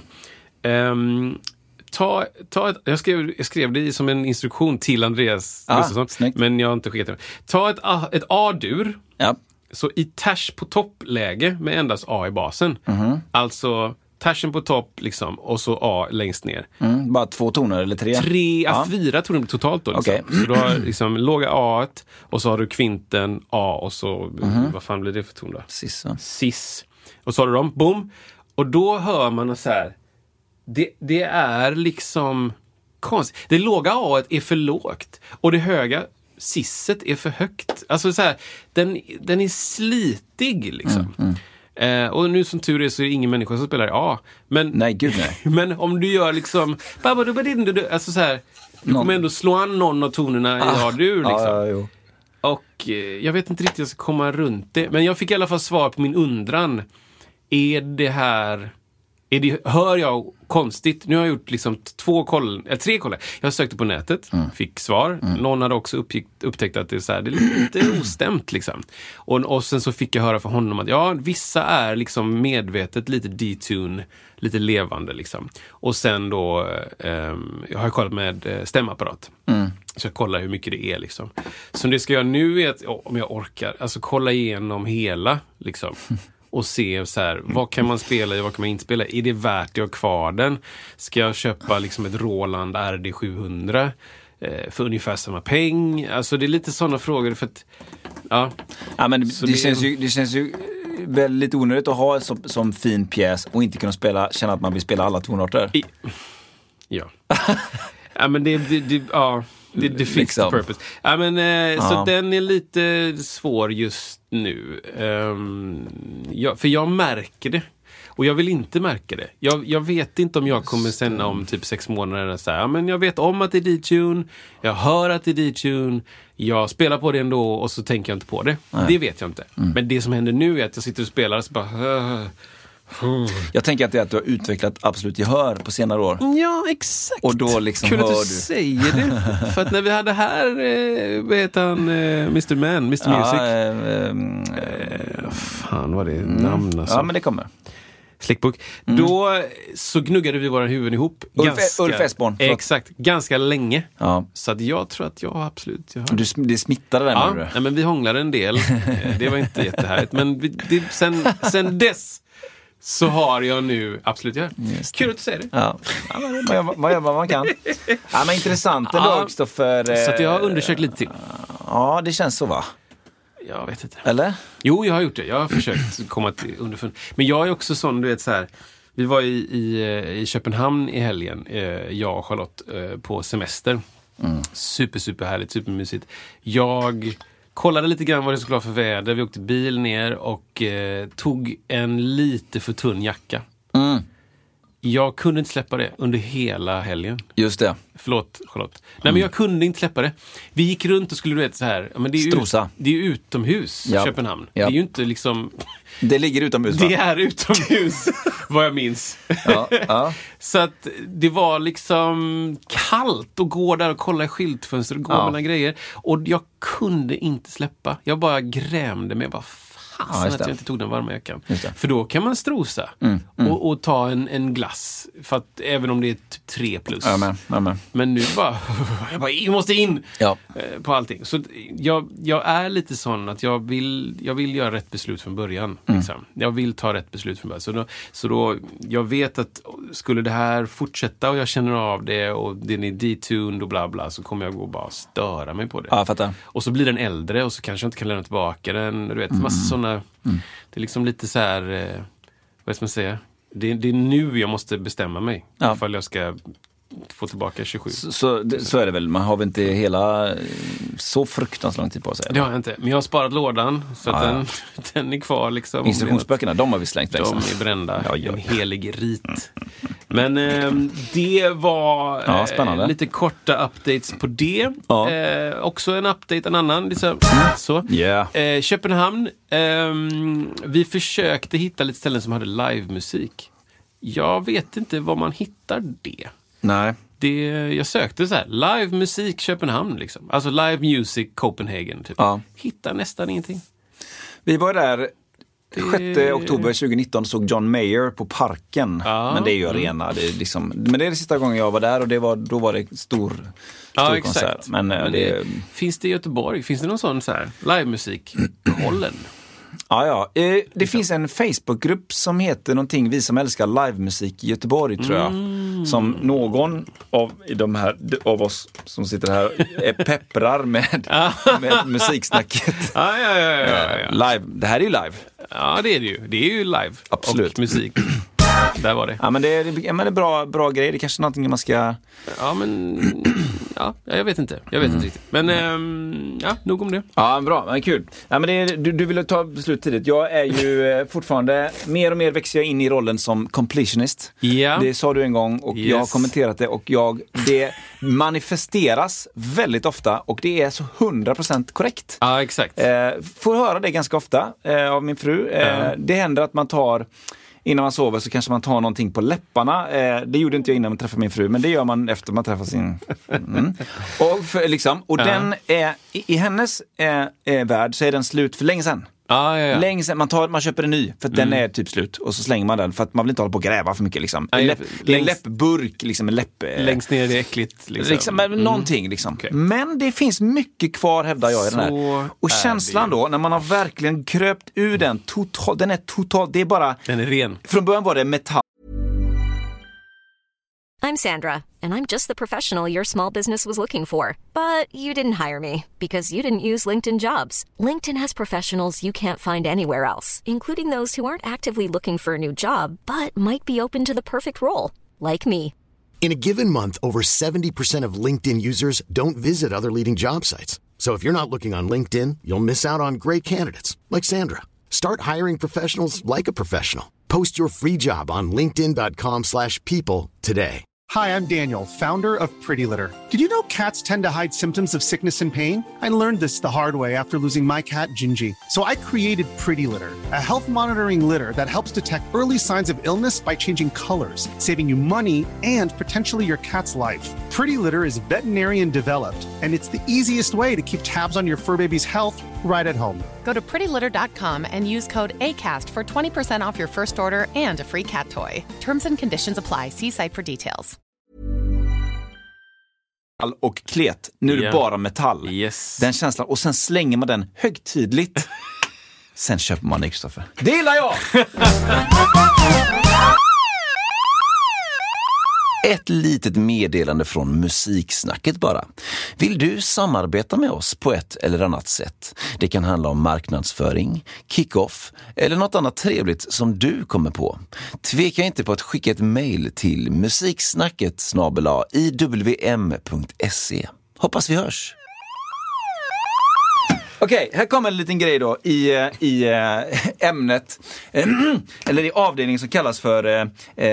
Um, Ta, ta ett, jag, skrev, jag skrev det som en instruktion till Andreas ah, Gustafsson, snyggt. Men jag har inte skickat det. Ta ett, ett A-dur, ja. Så i tash på toppläge med endast A i basen. Mm-hmm. Alltså tashen på topp liksom, och så A längst ner. Mm, bara två toner eller tre? Tre, ja. fyra toner totalt då. Liksom. Okay. Så du har liksom låga A och så har du kvinten A och så, mm-hmm. vad fan blir det för ton då? Cis. Cis. Och så har du dem, boom. Och då hör man så här. Det, det är liksom konstigt. Det låga A är för lågt och det höga sisset är för högt. Alltså så här, den, den är slitig liksom. Mm, mm. Eh, och nu som tur är så är det ingen människa som spelar A. Men, nej, gud nej. Men om du gör liksom alltså så här, du kommer ändå slå an någon av tonerna i ah, A-dur liksom. Ah, ja, och eh, jag vet inte riktigt hur jag ska komma runt det. Men jag fick i alla fall svar på min undran. Är det här... Är det, hör jag konstigt? Nu har jag gjort liksom två koll, eller tre koll. Jag sökte på nätet, mm. fick svar. Mm. Någon hade också uppgick, upptäckt att det är, så här, det är lite ostämt liksom. Och, och sen så fick jag höra från honom att ja, vissa är liksom medvetet lite detune, lite levande liksom. Och sen då eh, jag har kollat med stämapparat. Mm. Så jag kollar hur mycket det är liksom. Så det ska jag nu är att, om jag orkar, alltså kolla igenom hela liksom. Och se så här, vad kan man spela i, vad kan man inte spela? Är det värt att ha kvar den? Ska jag köpa liksom ett Roland R D sjuhundra eh, för ungefär samma peng? Alltså det är lite sådana frågor för att, ja. Ja men det, det, känns ju, det känns ju väldigt onödigt att ha som, som fin pjäs och inte kunna spela, känna att man vill spela alla tonarter. I, ja. Ja men det, det, det ja. Det, det fits liksom. The purpose. Ja, men, eh, så den är lite svår just nu. Um, ja, för jag märker det. Och jag vill inte märka det. Jag, jag vet inte om jag kommer sen om typ sex månader så här, ja, men jag vet om att det är detune. Jag hör att det är detune. Jag spelar på det ändå och så tänker jag inte på det. Nej. Det vet jag inte. Mm. Men det som händer nu är att jag sitter och spelar och så bara... Uh, Jag tänker att det är att du har utvecklat absolut gehör på senare år. Ja, exakt. Och då liksom kul hör att du, du säger det. För att när vi hade här, eh, vad heter han, eh, mister Man, mister ja, Music. Eh, eh, fan vad det är mm. namn alltså. Ja, men det kommer. Slickbook. Mm. Då så gnuggade vi våra huvuden ihop. Ulf, ganska, Ulf Esborn. Exakt, ganska länge. Ja. Så att jag tror att jag absolut... Jag du, det smittade den, ja, du? Nej, men vi hånglade en del. Det var inte jättehärligt. Men vi, det, sen, sen dess så har jag nu absolut gör. Kul att du säger det. Ja, ja men man, gör, man gör vad man kan. Ja, men intressant ändå ja, också för... Så att jag har undersökt lite till. Ja, det känns så, va? Jag vet inte. Eller? Jo, jag har gjort det. Jag har försökt komma till underfund. Men jag är också sån, du vet så här. Vi var i, i, i Köpenhamn i helgen, jag och Charlotte, på semester. Mm. Super, super härligt, supermysigt. Jag... kollade lite grann vad det skulle vara för väder. Vi åkte bil ner och eh, tog en lite för tunn jacka. Mm. Jag kunde inte släppa det under hela helgen. Just det. Förlåt, Charlotte. Nej, mm. men jag kunde inte släppa det. Vi gick runt och skulle, du vet, så här. Men det är ju, Strosa. Det är ju utomhus, ja. Köpenhamn. Ja. Det är ju inte liksom... Det ligger utomhus, va? Det är utomhus, vad jag minns. Ja, ja. Så att det var liksom kallt att gå där och kolla i skyltfönster och gå ja. mellan grejer. Och jag kunde inte släppa. Jag bara grämde mig. Bara fasen ja, att jag inte tog den varma jackan. För då kan man strosa mm, mm. Och, och ta en, en glass. För att även om det är typ tre plus. Ja, men, ja, men. men nu bara, jag bara, jag måste in ja. på allting. Så jag, jag är lite sån att jag vill, jag vill göra rätt beslut från början. Mm. Liksom. Jag vill ta rätt beslut från början. Så då, så då, jag vet att skulle det här fortsätta och jag känner av det och den är detuned och bla bla, så kommer jag gå och bara störa mig på det. Ja, fattar. Och så blir den äldre och så kanske jag inte kan lämna tillbaka den. Du vet, mm. massa sådana. Mm. Det är liksom lite så här, eh, vad ska man säga? Det, det är nu jag måste bestämma mig. Ja. Ifall jag ska få tillbaka tjugosju. Så, så, det, så är det väl. Man har väl inte hela så fruktansvärt lång tid på sig. Det har jag inte. Men jag har sparat lådan så att ja, den, ja. den är kvar liksom. Instruktionsböckerna, de har vi slängt. De är brända. Ja, ja. En helig rit. Men eh, det var ja, eh, lite korta updates på det. Ja. Eh, också en update, en annan. Liksom. Så. Yeah. Eh, Köpenhamn. Eh, vi försökte hitta lite ställen som hade livemusik. Jag vet inte var man hittar det. Nej. Det, jag sökte så här, live musik Köpenhamn liksom. Alltså live music Copenhagen typ. Ja. Hittar nästan ingenting. Vi var där sjätte oktober tjugonitton, såg John Mayer på Parken. Ja. Men det är ju arena. Det är liksom, men det är det sista gången jag var där och det var, då var det stor, stor ja, konsert. Exakt. Men, men det, det, finns det i Göteborg? Finns det någon sån så här live musik? Hållen? Ja, ja. Eh, det finns en Facebookgrupp som heter någonting Vi som älskar livemusik i Göteborg, tror jag. Mm. Som någon av de här av oss som sitter här är pepprar med, med musiksnacket. Ja, ja, ja, ja, ja, ja. Live. Det här är ju live. Ja, det är det ju. Det är ju live. Absolut. Och musik. Där var det. Ja, men det är, ja, men det är bra, bra grej. Det är kanske någonting man ska... Ja, men... Ja, jag vet inte. Jag vet mm. inte riktigt. Men, ähm, ja, nog om det. Ja, bra. Men kul. Ja, men det är, du, du ville ta beslut tidigt. Jag är ju fortfarande... Mer och mer växer jag in i rollen som completionist. Ja. Det sa du en gång och yes. jag har kommenterat det. Och jag, det manifesteras väldigt ofta och det är så hundra procent korrekt. Ja, exakt. Eh, får höra det ganska ofta eh, av min fru. Eh, ja. Det händer att man tar... Innan man sover så kanske man tar någonting på läpparna. Eh, det gjorde inte jag innan man träffade min fru, men det gör man efter man träffar sin... Mm. Och, för, liksom, och uh-huh. den är, i, i hennes eh, eh, värld så är den slut för länge sedan. Ah, ja, ja. Länge sedan, man, tar, man köper en ny för att mm. den är typ slut och så slänger man den för att man vill inte hålla på och gräva för mycket liksom. Aj, läpp, det är en läppburk liksom, en läpp, eh, längst ner är det äckligt liksom. liksom men, mm. någonting liksom. Okay. Men det finns mycket kvar, hävdar jag i den här. Och känslan då när man har verkligen kröpt ur den total, den är total, det är bara den är ren. Från början var det metall. I'm Sandra, and I'm just the professional your small business was looking for. But you didn't hire me because you didn't use LinkedIn Jobs. LinkedIn has professionals you can't find anywhere else, including those who aren't actively looking for a new job, but might be open to the perfect role, like me. In a given month, over seventy percent of LinkedIn users don't visit other leading job sites. So if you're not looking on LinkedIn, you'll miss out on great candidates, like Sandra. Start hiring professionals like a professional. Post your free job on linkedin.com slash people today. Hi, I'm Daniel, founder of Pretty Litter. Did you know cats tend to hide symptoms of sickness and pain? I learned this the hard way after losing my cat, Gingy. So I created Pretty Litter, a health monitoring litter that helps detect early signs of illness by changing colors, saving you money and potentially your cat's life. Pretty Litter is veterinarian developed, and it's the easiest way to keep tabs on your fur baby's health right at home. Go to pretty litter dot com and use code ACAST for twenty percent off your first order and a free cat toy. Terms and conditions apply. See site for details. Och klet. Nu är det yeah. bara metall. Yes. Den känslan. Och sen slänger man den högtidligt. Sen köper man det, Kristoffer. Det gillar jag! Ett litet meddelande från Musiksnacket bara. Vill du samarbeta med oss på ett eller annat sätt? Det kan handla om marknadsföring, kick-off eller något annat trevligt som du kommer på. Tveka inte på att skicka ett mejl till musiksnacket snabel-a i w m punkt se. Hoppas vi hörs! Okej, här kommer en liten grej då i, i ämnet, eller i avdelningen som kallas för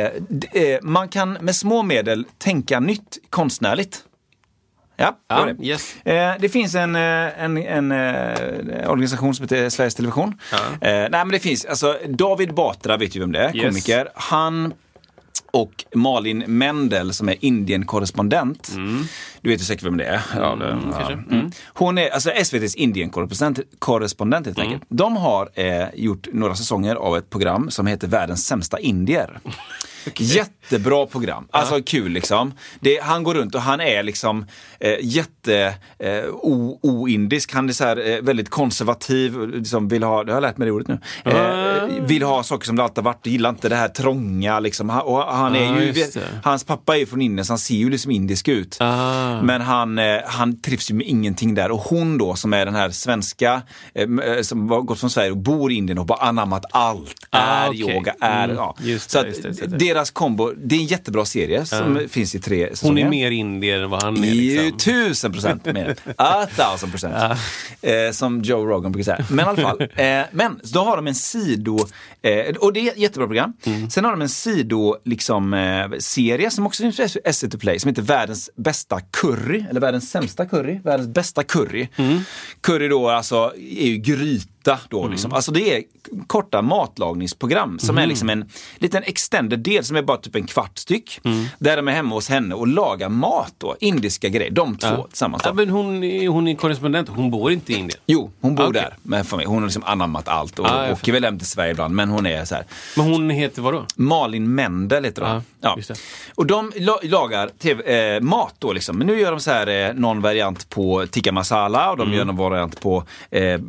eh, man kan med små medel tänka nytt konstnärligt. Ja, ja det. Yes. Eh, det finns en, en, en, en organisation som heter Sveriges Television. Ja. Eh, nej, men det finns, alltså David Batra vet ju vem det är, yes. komiker. Han och Malin Mendel som är Indien-korrespondent. Mm. Du vet ju säkert vem det är. Ja, det, mm, ja. Mm. Hon är alltså S V T:s Indien-korrespondent korrespondent, helt enkelt. Mm. De har eh, gjort några säsonger av ett program som heter Världens sämsta indier. Okay. Jättebra program. Alltså ja. Kul liksom. Det, han går runt och han är liksom eh, jätte eh, o-indisk. Han är så här eh, väldigt konservativ. Liksom vill ha, jag har lärt mig det ordet nu. Eh, mm. Vill ha saker som det alltid har varit. Gillar inte det här trånga liksom. Han, och han är ah, ju, vet, hans pappa är från Indien så han ser ju liksom indisk ut. Ah. Men han, eh, han trivs ju med ingenting där. Och hon då som är den här svenska eh, som har gått från Sverige och bor i Indien och bara anammat allt. Ah, är okay. yoga, är mm. ja. Just så det, just det, just det. Deras kombo, det är en jättebra serie som uh. finns i tre säsonger. Hon är mer indier än vad han är liksom. Tusen procent mer. A thousand procent. Uh. Eh, som Joe Rogan brukar säga. Men i alla fall. Eh, men då har de en sido eh, och det är ett jättebra program. Mm. Sen har de en sido liksom eh, serie som också finns på S V T Play som heter Världens bästa curry eller världens sämsta curry, världens bästa curry. Mm. Curry då alltså är ju gryta då mm. liksom. Alltså det är korta matlagningsprogram som mm. är liksom en liten extended del som är bara typ en kvart styck. Mm. Där de är hemma hos henne och lagar mat då, indiska grejer, de två ja. tillsammans. Ja, men hon är, hon är korrespondent, hon bor inte i Indien. Jo, hon bor okay. där med familj. Hon har liksom anammat allt och ah, åker väl hem till Sverige ibland, men hon är så här. Men hon heter vad då? Malin Mendel heter hon. Ah, ja. Just det. Och de la- lagar T V, eh, mat då liksom. Men nu gör de så här eh, någon variant på tikka masala och de mm. gör någon variant på eh, eh,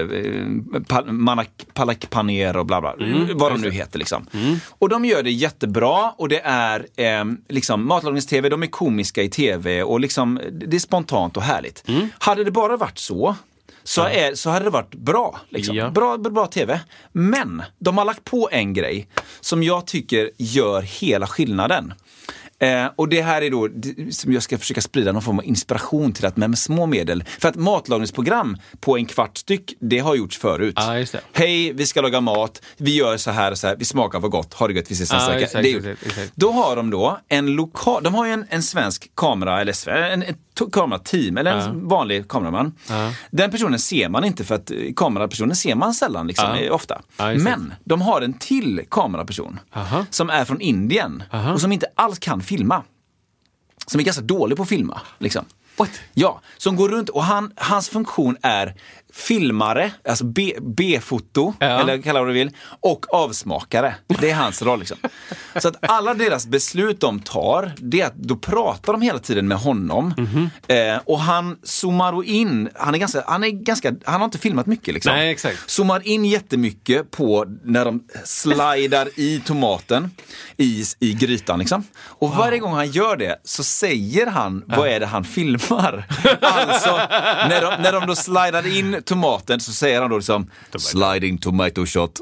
pal- manak, palak paner och bla bla. Mm. Vad de nu heter liksom. Mm. Och de gör det jättebra och det är eh, liksom matlagningstv, de är komiska i tv och liksom det är spontant och härligt. Mm. Hade det bara varit så så, ja. är, så hade det varit bra, liksom. ja. bra bra tv. Men de har lagt på en grej som jag tycker gör hela skillnaden. Eh, och det här är då som jag ska försöka sprida någon form av inspiration till att med, med små medel. För att matlagningsprogram på en kvart styck, det har gjorts förut. Ah, just det. Hej, vi ska laga mat. Vi gör så här och så här. Vi smakar vad gott. Har det gott, vi ses nästa vecka. Det är exakt. Då har de då en lokal... De har ju en, en svensk kamera, eller en, en to- kamerateam, eller en uh. vanlig kameraman. Uh. Den personen ser man inte för att kamerapersonen ser man sällan liksom, uh. ofta. Uh, Men de har en till kameraperson uh-huh. som är från Indien uh-huh. och som inte alls kan filma. Som är ganska dålig på att filma, liksom. What? Ja, som går runt och han, hans funktion är filmare, alltså B, B-foto, ja. eller kalla vad du vill, och avsmakare. Det är hans roll liksom. Så att alla deras beslut de tar, det är att då pratar de hela tiden med honom. Mm-hmm. Eh, och han zoomar in, han är ganska, han är ganska, han har inte filmat mycket liksom. Nej, exakt. Zoomar in jättemycket på när de slidar i tomaten i, i grytan liksom. Och wow. varje gång han gör det så säger han, vad är det han filmar? Alltså, när de, när de då slidar in tomaten så säger han då liksom sliding tomato shot.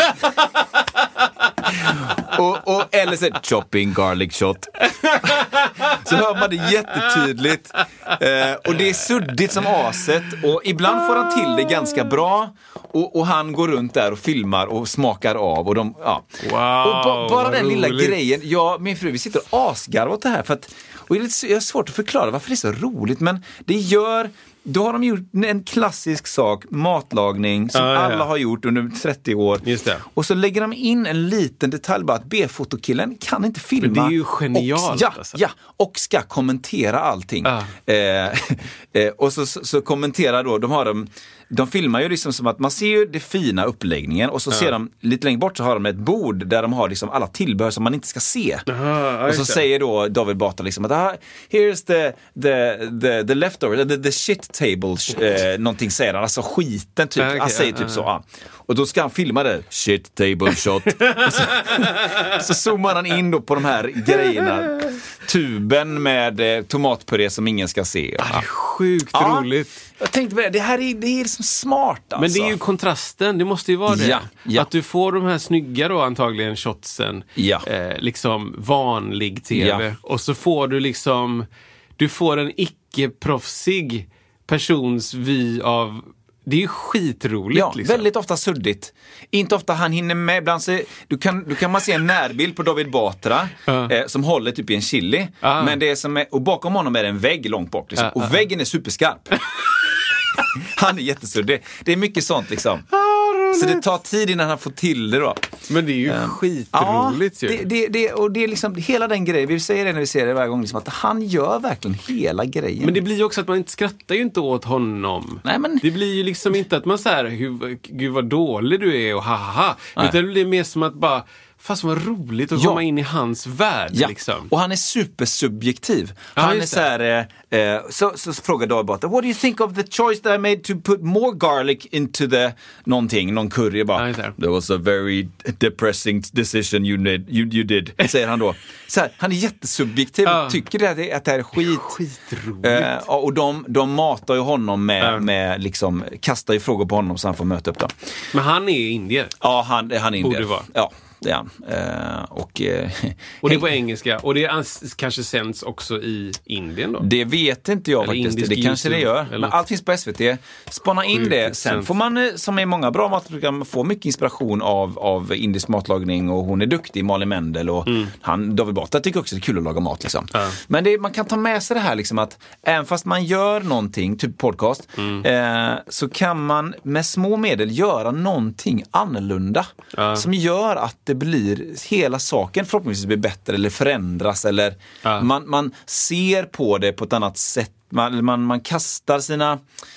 och, och, eller så chopping garlic shot. Så hör man det jättetydligt. Eh, och det är suddigt som aset. Och ibland får han till det ganska bra. Och, och han går runt där och filmar och smakar av. Och de, ja. Wow, och ba, bara den roligt. lilla grejen. Jag, min fru, vi sitter och asgarvar åt det här. För att, och det är, lite, det är svårt att förklara varför det är så roligt. Men det gör... Då har de gjort en klassisk sak, matlagning, som ah, alla ja. har gjort under trettio år. Just det. Och så lägger de in en liten detalj bara att B-fotokillen kan inte filma. Men det är ju genialt. Och, ja, alltså. ja, och ska kommentera allting. Ah. Eh, eh, och så, så, så kommenterar då, de har de... De filmar ju liksom som att man ser ju det fina uppläggningen och så ja. ser de lite längre bort så har de ett bord där de har liksom alla tillbehör som man inte ska se. Aha, och så säger då David Batra liksom att ah, here's the, the, the, the leftover, the, the shit table, eh, någonting säger han, alltså skiten typ, okay, han säger typ uh, så. Ja. Och då ska han filma det, shit table shot. så, så zoomar han in då på de här grejerna. Tuben med eh, tomatpuré som ingen ska se. Ja. Ah, sjukt ja. roligt. Jag tänkte på det, det här är, det är liksom smart alltså. Men det är ju kontrasten, det måste ju vara det. Ja, ja. Att du får de här snygga då antagligen shotsen, ja. eh, liksom vanlig tv. Ja. Och så får du liksom, du får en icke-proffsig persons vy av Det är ju skitroligt. Ja, liksom. väldigt ofta suddigt. Inte ofta han hinner med. Ibland så, du, kan, du kan man se en närbild på David Batra uh. eh, som håller typ i en chili. Uh. Men det är som är, och bakom honom är det en vägg långt bort. Liksom. Uh, uh, och väggen är superskarp. Han är jättesuddig. Det är mycket sånt liksom. Så det tar tid innan han får till det då. Men det är ju um, skitroligt ja, ju. Det, det, det, och det är liksom hela den grejen. Vi säger det när vi ser det varje gång. Liksom, att han gör verkligen hela grejen. Men det blir ju också att man inte skrattar ju inte åt honom. Nej, men... Det blir ju liksom inte att man säger gud vad dålig du är och haha. Utan det blir mer som att bara... Fast vad roligt att ja. komma in i hans värld. Ja. Liksom. Och han är supersubjektiv. Ja, han är så här... Eh, så, så frågar David Batra, what do you think of the choice that I made to put more garlic into the någonting, någon curry? Bara, ja, that was a very depressing decision you did, you, you did säger han då. Så här, han är jättesubjektiv och ja. tycker det, att, att det här är skit. Skitroligt. Eh, och de, de matar ju honom med, ja. med liksom, kastar ju frågor på honom så han får möta upp dem. Men han är indier. Ja, han, han är indier. Borde vara. Ja. Det är han. Uh, och, uh, och det är på engelska. Och det är, kanske sänds också i Indien då? Det vet inte jag eller faktiskt. Det kanske det gör. Men allt finns på S V T. Spana in det. Sen får man, som är många bra matprogram, få mycket inspiration av, av indisk matlagning. Och hon är duktig, Malin Mendel. Och mm. han, David Batra, tycker också det är kul att laga mat. Liksom. Uh. Men det, man kan ta med sig det här liksom, att även fast man gör någonting, typ podcast, mm. eh, så kan man med små medel göra någonting annorlunda. Uh. Som gör att det blir hela saken förhoppningsvis blir bättre eller förändras eller ja. man, man ser på det på ett annat sätt. Man, man, man kastar sina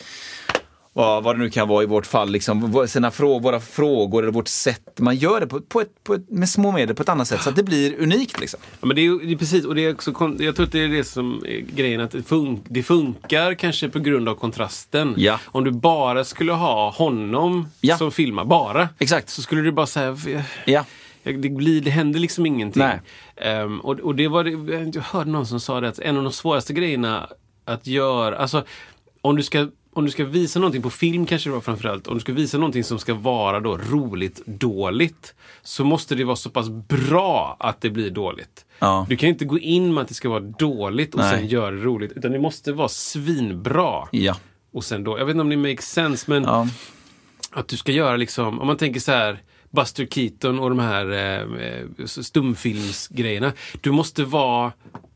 vad, vad det nu kan vara i vårt fall liksom, sina frå, våra frågor eller vårt sätt. Man gör det på, på ett, på ett, med små medel på ett annat sätt så att det blir unikt liksom. Ja, men det är, det är precis, och det är också, jag tror att det är det som är grejen, att det, fun, det funkar kanske på grund av kontrasten. Ja. Om du bara skulle ha honom ja. som filmar bara. Exakt. Så skulle du bara säga ja. Det, blir, det händer liksom ingenting. Um, och, och det var det, jag hörde någon som sa det att en av de svåraste grejerna att göra, alltså om du ska, om du ska visa någonting på film kanske det var framförallt, om du ska visa någonting som ska vara då roligt dåligt, så måste det vara så pass bra att det blir dåligt. Ja. Du kan inte gå in med att det ska vara dåligt och Nej. sen göra det roligt, utan det måste vara svinbra. Ja. Och sen då, jag vet inte om det makes sense, men ja. att du ska göra liksom, om man tänker så här Buster Keaton och de här eh, stumfilmsgrejerna. Du måste vara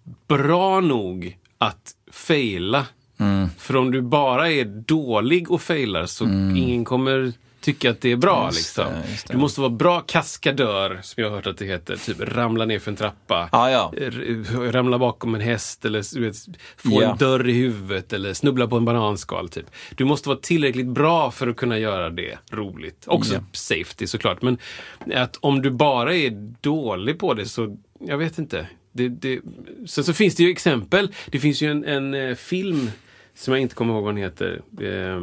bra nog att faila. Mm. För om du bara är dålig och failar så mm. ingen kommer tycka att det är bra. Just liksom. det, just det. Du måste vara bra kaskadör, som jag har hört att det heter. Typ ramla ner för en trappa. Ah, ja. r- ramla bakom en häst. Eller du vet, få yeah. en dörr i huvudet. Eller snubbla på en bananskal. Typ. Du måste vara tillräckligt bra för att kunna göra det roligt. Också yeah. safety såklart. Men att om du bara är dålig på det så, jag vet inte. Det, det, så, så finns det ju exempel. Det finns ju en, en eh, film som jag inte kommer ihåg vad den heter, eh,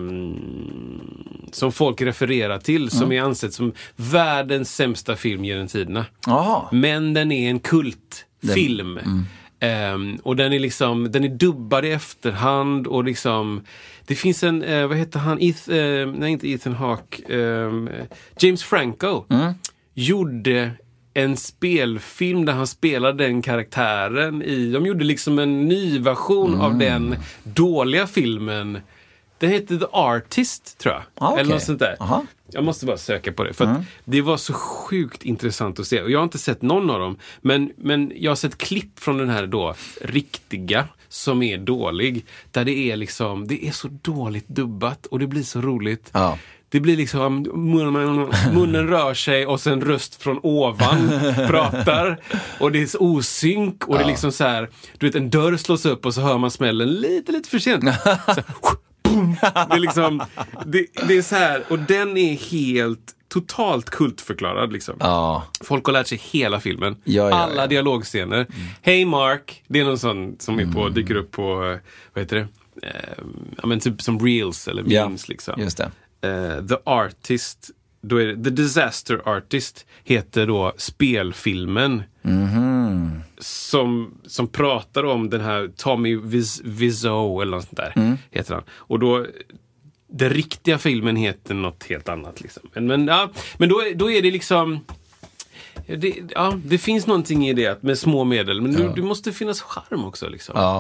som folk refererar till, som mm. är ansett som världens sämsta film genom tiderna. Aha. Men den är en kultfilm. Mm. Eh, och den är liksom, den är dubbad i efterhand och liksom, det finns en, eh, vad heter han, Eth, eh, nej inte Ethan Hawke, eh, James Franco mm. gjorde en spelfilm där han spelade den karaktären i, de gjorde liksom en ny version mm. av den dåliga filmen. Den heter The Artist, tror jag. Ah, okay. Eller något sånt där. Aha. Jag måste bara söka på det. För mm. att det var så sjukt intressant att se. Och jag har inte sett någon av dem. Men, men jag har sett klipp från den här då riktiga, som är dålig. Där det är liksom, det är så dåligt dubbat. Och det blir så roligt. Ja. Det blir liksom, munnen, munnen rör sig och sen röst från ovan pratar. Och det är så osynk. Och ja. det är liksom så här, du vet, en dörr slås upp och så hör man smällen lite, lite för sent. Så här, boom. Det är liksom, det, det är så här, och den är helt totalt kultförklarad liksom. Ja. Folk har lärt sig hela filmen. Ja, ja, alla ja. dialogscener. Mm. Hey Mark, det är någon sån som är på, mm. dyker upp på, vad heter det? Eh, ja men typ som reels eller memes ja, liksom. Just det. Uh, The Artist, då är det, The Disaster Artist heter då spelfilmen mm-hmm. som, som pratar om den här Tommy Wiz, Wiseau eller något sånt där mm. heter han. Och då den riktiga filmen heter något helt annat liksom. Men, men, ja, men då, då är det liksom det, ja, det finns någonting i det med små medel, men ja. du, du måste finnas charm också liksom. Ja.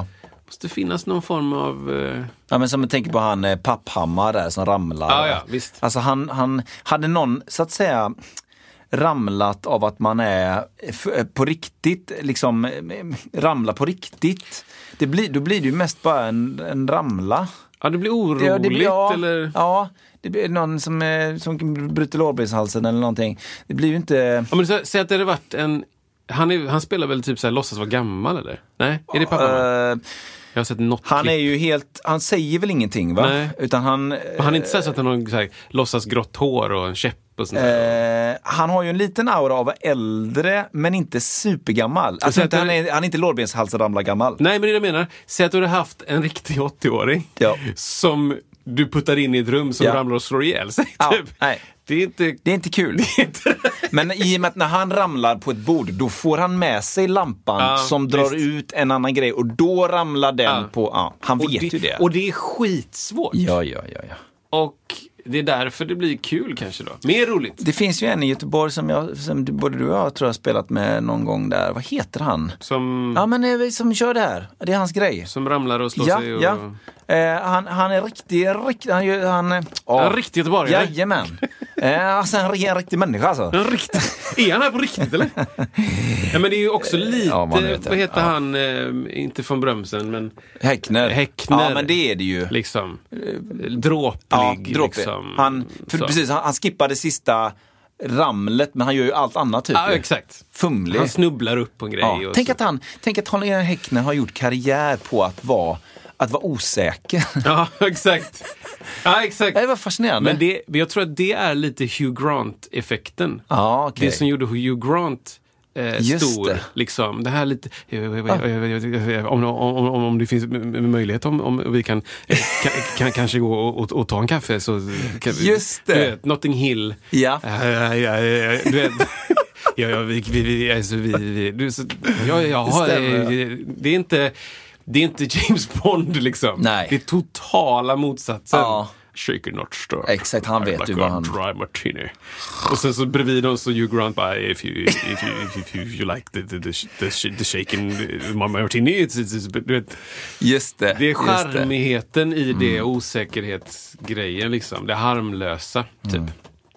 måste finnas någon form av... Uh... Ja, men som jag tänker på han eh, Papphammar där som ramlar. Ja, ja, visst. Alltså han, han hade någon, så att säga, ramlat av att man är f- på riktigt, liksom ramla på riktigt. Det blir, då blir det ju mest bara en, en ramla. Ja, det blir oroligt, det, det blir, ja, eller... Ja, det blir någon som, eh, som bryter lårbenshalsen eller någonting. Det blir ju inte... Ja, men säg att det hade varit en... Han, är, han spelar väl typ så här, låtsas vara gammal, eller? Nej, är det pappa? Uh, jag har sett något Han klipp. är ju helt... Han säger väl ingenting, va? Nej. Utan han... Men han är inte så, så att han har så här, låtsas grått hår och en käpp och sånt där. Uh, han har ju en liten aura av äldre, men inte supergammal. Alltså inte, han, är, han är inte lårbenshalsramla gammal. Nej, men det jag menar. Säg att du hade haft en riktig åttio-åring ja. som du puttar in i ett rum som ja. ramlar och slår ihjäl sig. Ja, typ. Nej. Det är inte, det är inte kul. Det är inte... Men i och med att när han ramlar på ett bord, då får han med sig lampan ja, som drar visst. ut en annan grej. Och då ramlar den ja. på... Ja, han och vet det, ju det. Och det är skitsvårt. Ja, ja, ja, ja. Och det är därför det blir kul kanske då. Mer roligt. Det finns ju en i Göteborg som, jag, som både du och jag tror jag har spelat med någon gång där. Vad heter han? Som... Ja, men som kör det här. Det är hans grej. Som ramlar och slår ja, sig och... Ja, eh, han, han är riktig, riktig han, han, oh. En riktig göteborgare. Jajamän. eh, alltså en, en riktig människa alltså. En riktig... Är han här på riktigt eller? Ja, men det är ju också lite, ja, vad heter ja. han, eh, inte från Brömsen men... Häckner. Häckner. Ja, men det är det ju. Liksom. Dråplig. Ja, dråplig. Liksom. Han, för precis, han, han skippade sista ramlet, men han gör ju allt annat typ. Ja, exakt. Fumlig. Han snubblar upp på en grej. Ja. Och tänk, så. Att han, tänk att Holger Häckner har gjort karriär på att vara att vara osäker. Ja, exakt. Ja, exakt. Det var fascinerande. Men det, jag tror att det är lite Hugh Grant-effekten. Ja, okay. Det som gjorde Hugh Grant eh, stor. Det. Liksom. Det här lite... Ah. Om, om, om, om det finns möjlighet om, om vi kan, kan, kan kanske gå och, och, och ta en kaffe så... Kan, Just det. Du vet, Notting Hill. Ja. Ja, ja, ja, ja, du vet... Ja, ja, vi... vi, vi, alltså, vi, vi du, så, ja, ja, det, det är inte... Det är inte James Bond liksom. Nej. Det är totala motsatsen. Ja. Shaker not stir. Exakt, han vet like ju vad han... dry martini. Och sen så bredvid oss så Hugh Grant bara, if you, if you, if you, if you like the, the, the, the, the shaken martini, it's, it's, it's, du vet. Just det. Det är charmigheten i det, mm. osäkerhetsgrejen liksom. Det harmlösa, typ. Mm.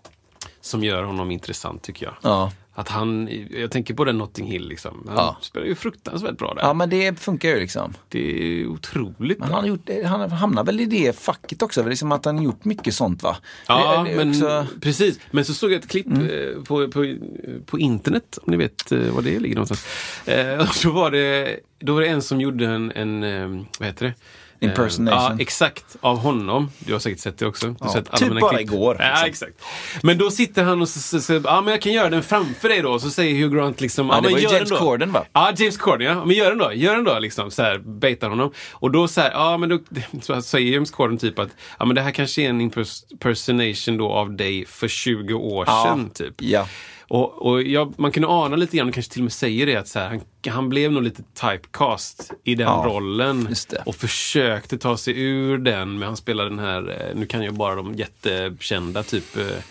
Som gör honom intressant, tycker jag. Ja. Att han, jag tänker på den Notting Hill liksom. Han ja. spelar ju fruktansvärt bra där. Ja, men det funkar ju liksom. Det är otroligt. Men han har gjort, han hamnar väl i det facket också, liksom att han har gjort mycket sånt, va? Ja, det, det men också... precis. Men så såg jag ett klipp mm. på, på, på internet, om ni vet vad det ligger någonstans. Eh, och då var det, då var det en som gjorde en, en vad heter det? Impersonation. Ja, exakt. Av honom. Du har säkert sett det också. Du ja, sett alla typ bara klipp. igår. Ja, exakt. Men då sitter han och säger, ja men jag kan göra den framför dig då. Så säger Hugh Grant liksom, ja, ja det men var gör James den då. Corden, va? Ja, James Corden, ja. Men gör den då. Gör den då, liksom. Så här, baitar honom. Och då så här, ja men då så säger James Corden typ att, ja men det här kanske är en impersonation då av dig för tjugo år ja. sedan, typ. Ja. Och, och jag, man kunde ana lite grann, och kanske till och med säger det, att så här, han, han blev nog lite typecast i den ja, rollen och försökte ta sig ur den, men han spelade den här, nu kan jag bara de jättekända typ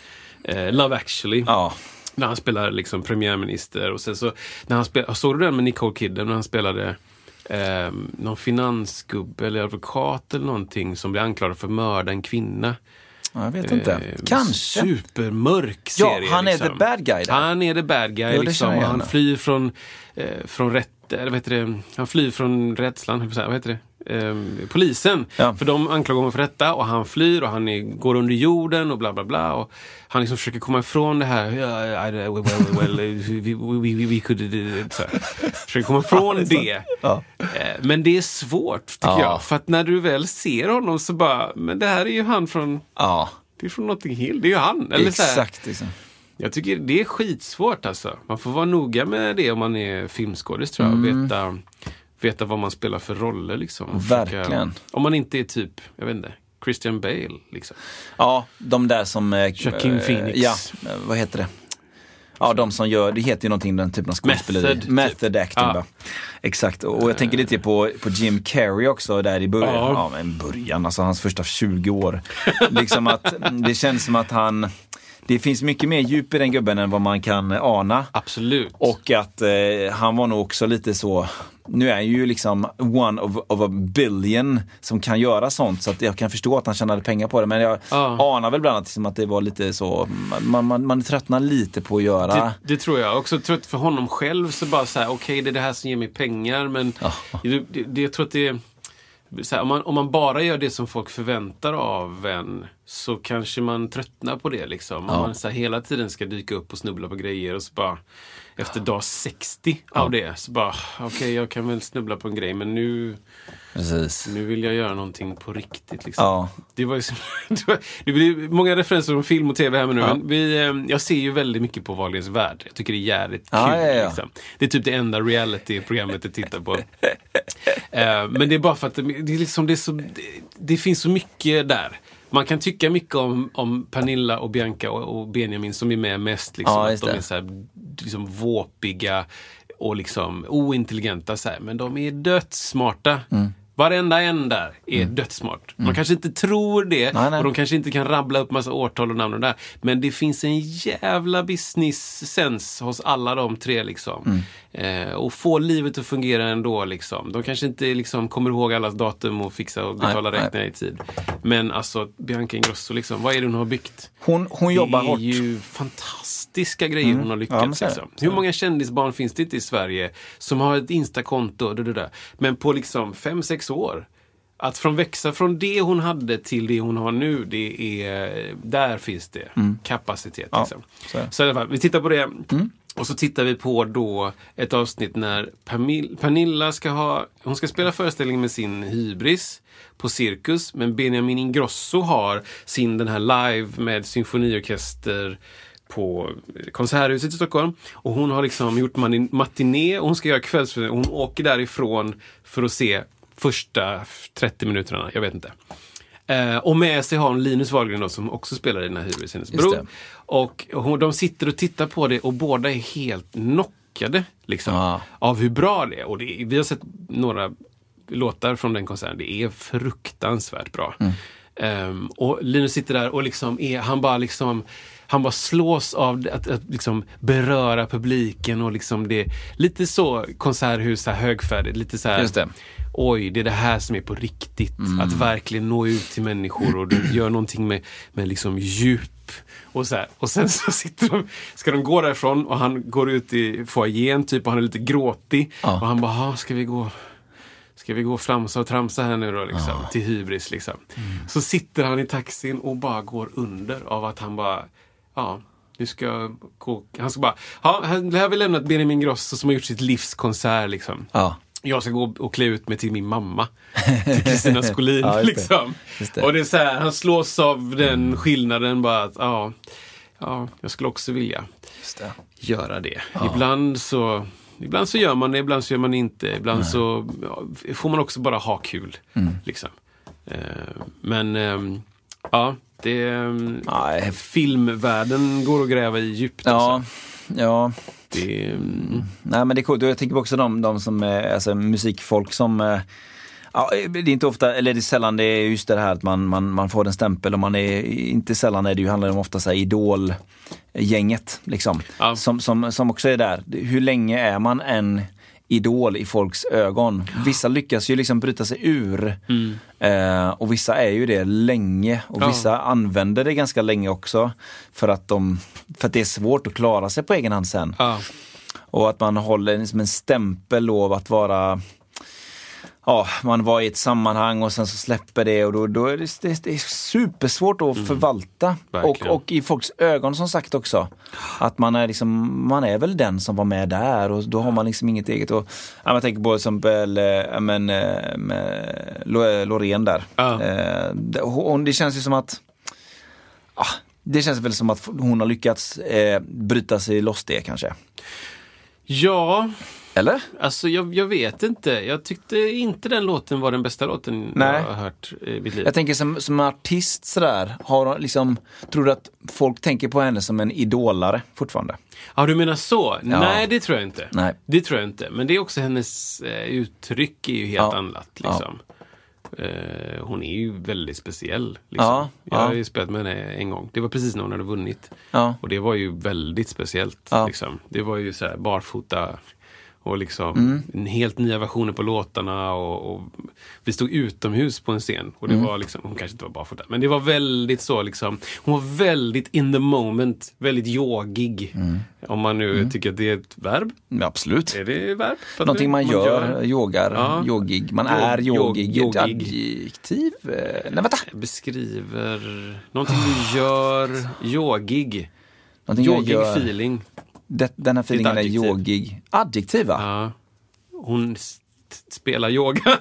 eh, Love Actually. Ja. När han spelar liksom premiärminister, och sen så när han spelade, såg du den med Nicole Kidman när han spelade eh, någon finansgubbe eller advokat eller någonting som blev anklagad för att mörda en kvinna. Jag vet inte. Eh, Kanske. Supermörk serie. Ja, han är liksom. the bad guy där. Han är the bad guy. Jo, liksom. Och han flyr från, eh, från rätt, eller vad heter det? Han flyr från rädslan, vad heter det? Eh, polisen. Ja. För de anklagar honom för detta, och han flyr och han är, går under jorden och bla bla bla. Och han liksom försöker komma ifrån det här. Yeah, I, well, well, we, we, we, we could... Så här. Försöker komma ifrån det. Ja. Eh, men det är svårt, tycker ja. jag. För att när du väl ser honom så bara, men det här är ju han från... Ja. Det är från Notting Hill, det är ju han. Eller exakt, så här. liksom. Jag tycker det är skitsvårt alltså. Man får vara noga med det om man är filmskådis, tror jag. Mm. Veta, veta vad man spelar för roller liksom. Verkligen. Försöka, om man inte är typ, jag vet inte, Christian Bale liksom. Ja, de där som... Eh, Joaquin Phoenix. Ja, vad heter det? Ja, de som gör, det heter ju någonting, den typen av skådespeleri. Method, Method typ. acting, ja. va? Exakt, och jag tänker lite på, på Jim Carrey också, där i början. Ja. Ja, men början, alltså hans första tjugo år. Liksom att, det känns som att han... det finns mycket mer djup i den gubben än vad man kan ana. Absolut. Och att eh, han var nog också lite så... Nu är han ju liksom one of, of a billion som kan göra sånt, så att jag kan förstå att han tjänade pengar på det, men jag ah. anar väl bland annat liksom att det var lite så, man, man, man tröttnar lite på att göra. Det, det tror jag också, trött för honom själv, så bara så här, okej, okay, det är det här som ger mig pengar, men ah. det, det, det, jag tror att det så här, om, man, om man bara gör det som folk förväntar av en, så kanske man tröttnar på det liksom. Om ja. man så här, hela tiden ska dyka upp och snubbla på grejer, och så bara efter dag sextio ja. av det, så bara okej, okay, jag kan väl snubbla på en grej, men nu Precis. nu vill jag göra någonting på riktigt liksom. Ja. Det var ju så, det blir många referenser om film och tv här med nu, ja. men vi, jag ser ju väldigt mycket på Wahlgrens värld. Jag tycker det är jävligt ja, kul ja, ja. Liksom. Det är typ det enda reality-programmet jag tittar på. uh, men det är bara för att det, det, är liksom, det, är så, det, det finns så mycket där. Man kan tycka mycket om, om Pernilla och Bianca och, och Benjamin som är med mest. Liksom, ja, att de är så här, liksom våpiga och liksom ointelligenta. Så här, men de är dödssmarta. Mm. Varenda en där är mm. dödssmart. Man mm. kanske inte tror det. Nej, nej. Och de kanske inte kan rabbla upp massa årtal och namn och där. Men det finns en jävla business-sens hos alla de tre liksom. Mm. Eh, och få livet att fungera ändå liksom. De kanske inte liksom kommer ihåg allas datum och fixa och betala nej, räkningar nej. i tid. Men alltså Bianca Ingrosso liksom, vad är det hon har byggt? Hon, hon jobbar hårt. Det är ju fantastiska grejer mm. hon har lyckats. Ja, liksom. Hur många kändisbarn finns det inte i Sverige som har ett Insta-konto? Det, det, det. Men på liksom fem, sex år. Att från växa från det hon hade till det hon har nu, det är, där finns det mm. kapacitet. Ja, liksom. så, så i alla fall, vi tittar på det. Mm. Och så tittar vi på då ett avsnitt när Pamil- Pernilla ska ha, hon ska spela föreställning med sin hybris på Cirkus, men Benjamin Ingrosso har sin den här live med symfoniorkester på Konserthuset i Stockholm, och hon har liksom gjort man- matiné och hon ska göra kvällsföreställning, och hon åker därifrån för att se första trettio minuterna, jag vet inte. Eh, och med sig har hon Linus Wahlgren då, som också spelar i den här hybris, hennes bror. Och hon, de sitter och tittar på det och båda är helt knockade liksom, ah. av hur bra det är. Och det är, vi har sett några låtar från den konserten, det är fruktansvärt bra. Mm. Um, och Linus sitter där och liksom är, han bara liksom han bara slås av att, att liksom beröra publiken, och liksom det lite så konserthus så här högfärdigt, lite så här. Just det. Oj, det är det här som är på riktigt. Mm. Att verkligen nå ut till människor och gör någonting med, med liksom djup. Och, så här. Och sen så sitter de, ska de gå därifrån, och han går ut i foajén typ, och han är lite gråtig. Ja. Och han bara, ska vi gå... Ska vi gå och framsa och tramsa här nu då liksom, ja. till hybris liksom. Mm. Så sitter han i taxin och bara går under av att han bara, ja, nu ska jag gå, han ska bara, ja, här har vi lämnat Benjamin Ingrosso som har gjort sitt livskonsert liksom. Ja. Jag ska gå och klä ut mig till min mamma, till Kristina Skolin ja, just liksom. Just det. Och det är så här, han slås av den mm. skillnaden bara att, ja, ja, jag skulle också vilja just det. göra det. Ja. Ibland så Ibland så gör man det, ibland så gör man inte. Ibland Nej. så ja, får man också bara ha kul. Mm. Liksom. Eh, men eh, ja, det eh, filmvärlden går att gräva i djupt. Ja, alltså. ja. Det, mm. Nej, men det är coolt. Jag tänker också de, de som är alltså, musikfolk som... Eh, ja, det är inte ofta, eller det är sällan det är just det här att man, man, man får en stämpel, och man är inte sällan är det ju, handlar det om ofta så här idolgänget liksom, ja. som, som, som också är där. Hur länge är man en idol i folks ögon? Vissa lyckas ju liksom bryta sig ur mm. eh, och vissa är ju det länge, och ja. vissa använder det ganska länge också för att, de, för att det är svårt att klara sig på egen hand sen. Ja. Och att man håller liksom en stämpel av att vara... Ja, man var i ett sammanhang och sen så släpper det, och då, då är det, det, det är supersvårt att mm. förvalta. Och, och i folks ögon som sagt också. Att man är liksom, man är väl den som var med där, och då har man liksom inget eget. Och, ja, man tänker på exempel äh, men, äh, med Loreen där. Uh. Äh, det, och det känns ju som att ah, det känns väl som att hon har lyckats äh, bryta sig loss det kanske. Ja... Eller? Alltså jag, jag vet inte. Jag tyckte inte den låten var den bästa låten Nej. jag har hört i mitt liv. Jag tänker som, som artist sådär, har liksom, tror du att folk tänker på henne som en idolare fortfarande? Ja, du menar så? Ja. Nej, det tror jag inte. Nej. Det tror jag inte. Men det är också hennes eh, uttryck är ju helt ja. annat liksom. Eh, hon är ju väldigt speciell. Liksom. Ja, jag ja. har ju spelat med henne en gång. Det var precis när hon hade vunnit. Ja. Och det var ju väldigt speciellt. Ja. Liksom. Det var ju så här barfota och liksom Mm. en helt nya versioner på låtarna. Och, och vi stod utomhus på en scen. Och det Mm. var liksom, hon kanske inte var barfota. Men det var väldigt så liksom, hon var väldigt in the moment. Väldigt yogig. Mm. Om man nu mm. tycker att det är ett verb. Ja, absolut. Är det verb? Någonting man, man gör, gör, yogar, ja. yogig. Man Jog, är yogig. Yogig. Adjektiv? Nej, vänta. Beskriver någonting du gör, yogig. Någonting yogig gör. feeling. Det, den här feelingen är yogig. Adjektiv, va? Ja. Hon st- spelar yoga.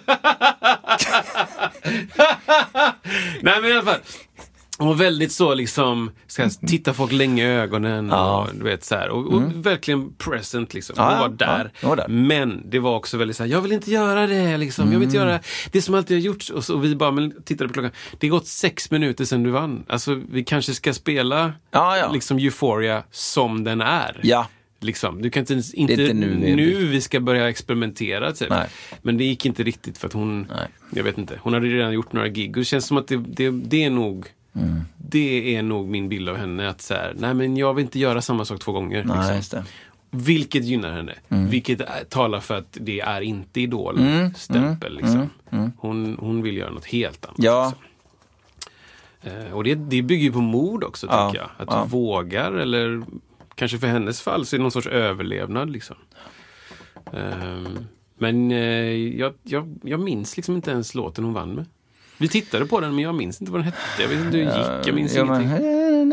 Nej, men i alla fall. Hon var väldigt så liksom, ska titta folk länge i ögonen ja. och du vet så här, och, och mm. verkligen present liksom. Hon ja, var där. Ja, var där. Men det var också väldigt så här, jag vill inte göra det liksom. Mm. Jag vill inte göra det som alltid har gjorts. Och, så, och vi bara men, tittade på klockan. Det har gått sex minuter sedan du vann. Alltså vi kanske ska spela ja, ja. liksom Euphoria som den är. Ja. Liksom. Du kan inte, inte, inte nu, vi... nu vi ska börja experimentera typ. Nej. Men det gick inte riktigt för att hon, Nej. jag vet inte, hon hade redan gjort några gig. Och det känns som att det, det, det är nog mm. det är nog min bild av henne att så här, nej men jag vill inte göra samma sak två gånger. Nej, liksom. just det. Vilket gynnar henne. Mm. Vilket är, talar för att det är inte idolstämpel. Mm. Liksom. Mm. Mm. Hon, hon vill göra något helt annat. Ja. Liksom. Eh, och det, det bygger ju på mod också, ja. tycker jag. Att ja. du vågar, eller kanske för hennes fall så är det någon sorts överlevnad. Liksom. Um, men eh, jag, jag, jag minns liksom inte ens låten hon vann med. Vi tittade på den, men jag minns inte vad den hette. Jag vet inte hur det gick, jag minns ja, ingenting. Men...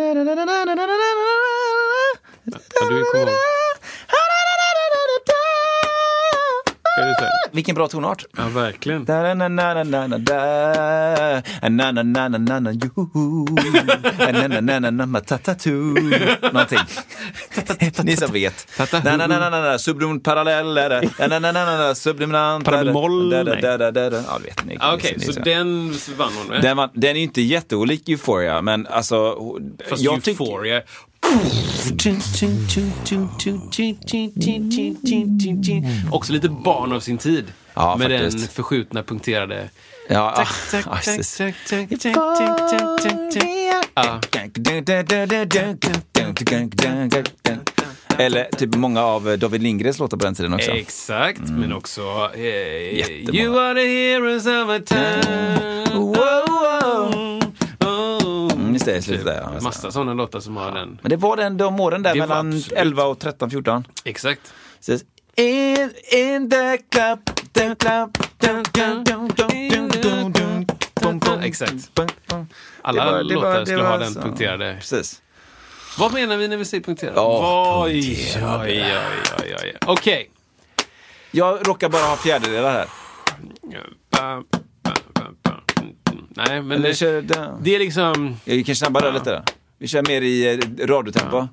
Ja, du kommer ihåg. Vilken bra tonart. Ja, verkligen. Någonting. Ni som vet. Subdominant parallell. Subdominant parallellmoll. Ja, vet ni. Okej, så den vann hon med. Den, var, den är ju inte jätteolik Euphoria, men alltså... Fast jag Euphoria... Också lite barn av sin tid. Ja, med faktiskt. Den förskjutna punkterade. Ja, eller typ många av David Lindgrens låtar på den tiden också. Exakt, mm. men också eh, You are the heroes of a time. Wow, wow. Just det, slutet där. Alltså. Massa sådana låtar som har den. Men det var den de åren där det mellan elva och tretton fjorton. Exakt. Så, in, in the club, the club, exakt. Alla var, låtar var, skulle ha den så. Punkterade. Precis. Vad menar vi när vi säger punkterade? Oh, oj, oj, oj, oj, oj. Okej. Okay. Jag råkar bara ha fjärdedelar här. Nej, men det, kör, det är liksom... Vi kan snabbare lite då. Vi kör mer i radiotempo.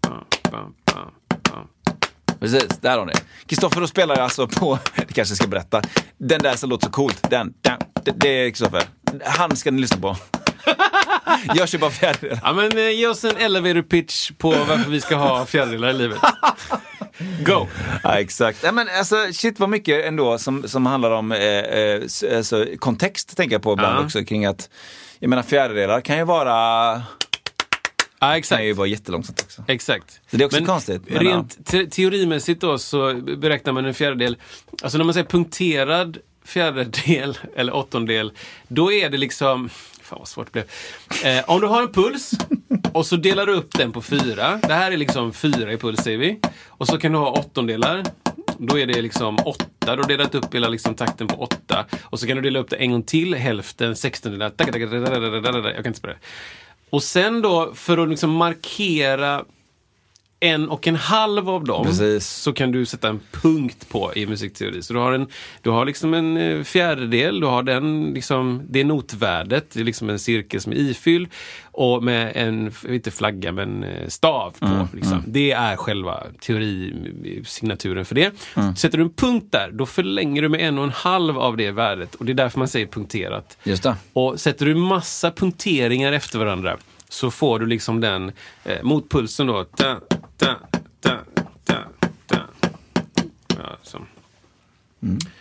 Precis, där har ni. Kristoffer spelar alltså på, det kanske ska berätta, den där som låter så coolt. Den, den det, det är Kristoffer. Han ska ni lyssna på. Jag kör bara fjärdedelar. Ja, men ge oss en elevator pitch på varför vi ska ha fjärdedelar i livet. Go! Ja, exakt. Ja, men alltså, shit vad mycket ändå som, som handlar om eh, eh, alltså, kontext, tänker jag på ibland uh-huh. också, kring att, jag menar, fjärdedelar kan ju vara... Ja, exakt. Det kan ju vara jättelångsamt också. Exakt. Så det är också men konstigt. Men rent te- teorimässigt då så beräknar man en fjärdedel. Alltså när man säger punkterad fjärdedel eller åttondel, då är det liksom... Fan vad svårt det blev. Eh, om du har en puls och så delar du upp den på fyra. Det här är liksom fyra i puls, säger vi. Och så kan du ha åttondelar. Då är det liksom åtta. Då delar du upp hela liksom takten på åtta. Och så kan du dela upp det en gång till, hälften, sextondelar. Jag kan inte spela det. Och sen då, för att liksom markera en och en halv av dem, precis, så kan du sätta en punkt på i musikteori. Så du har en, du har liksom en fjärdedel, du har den liksom, det är notvärdet, det är liksom en cirkel som är ifylld och med en, inte flagga men stav på. Mm, liksom. Mm. Det är själva teorisignaturen för det. Mm. Sätter du en punkt där, då förlänger du med en och en halv av det värdet, och det är därför man säger punkterat. Just det. Och sätter du massa punkteringar efter varandra, så får du liksom den eh, mot pulsen då. Da, da, da, da, da. Ja, så. Mm.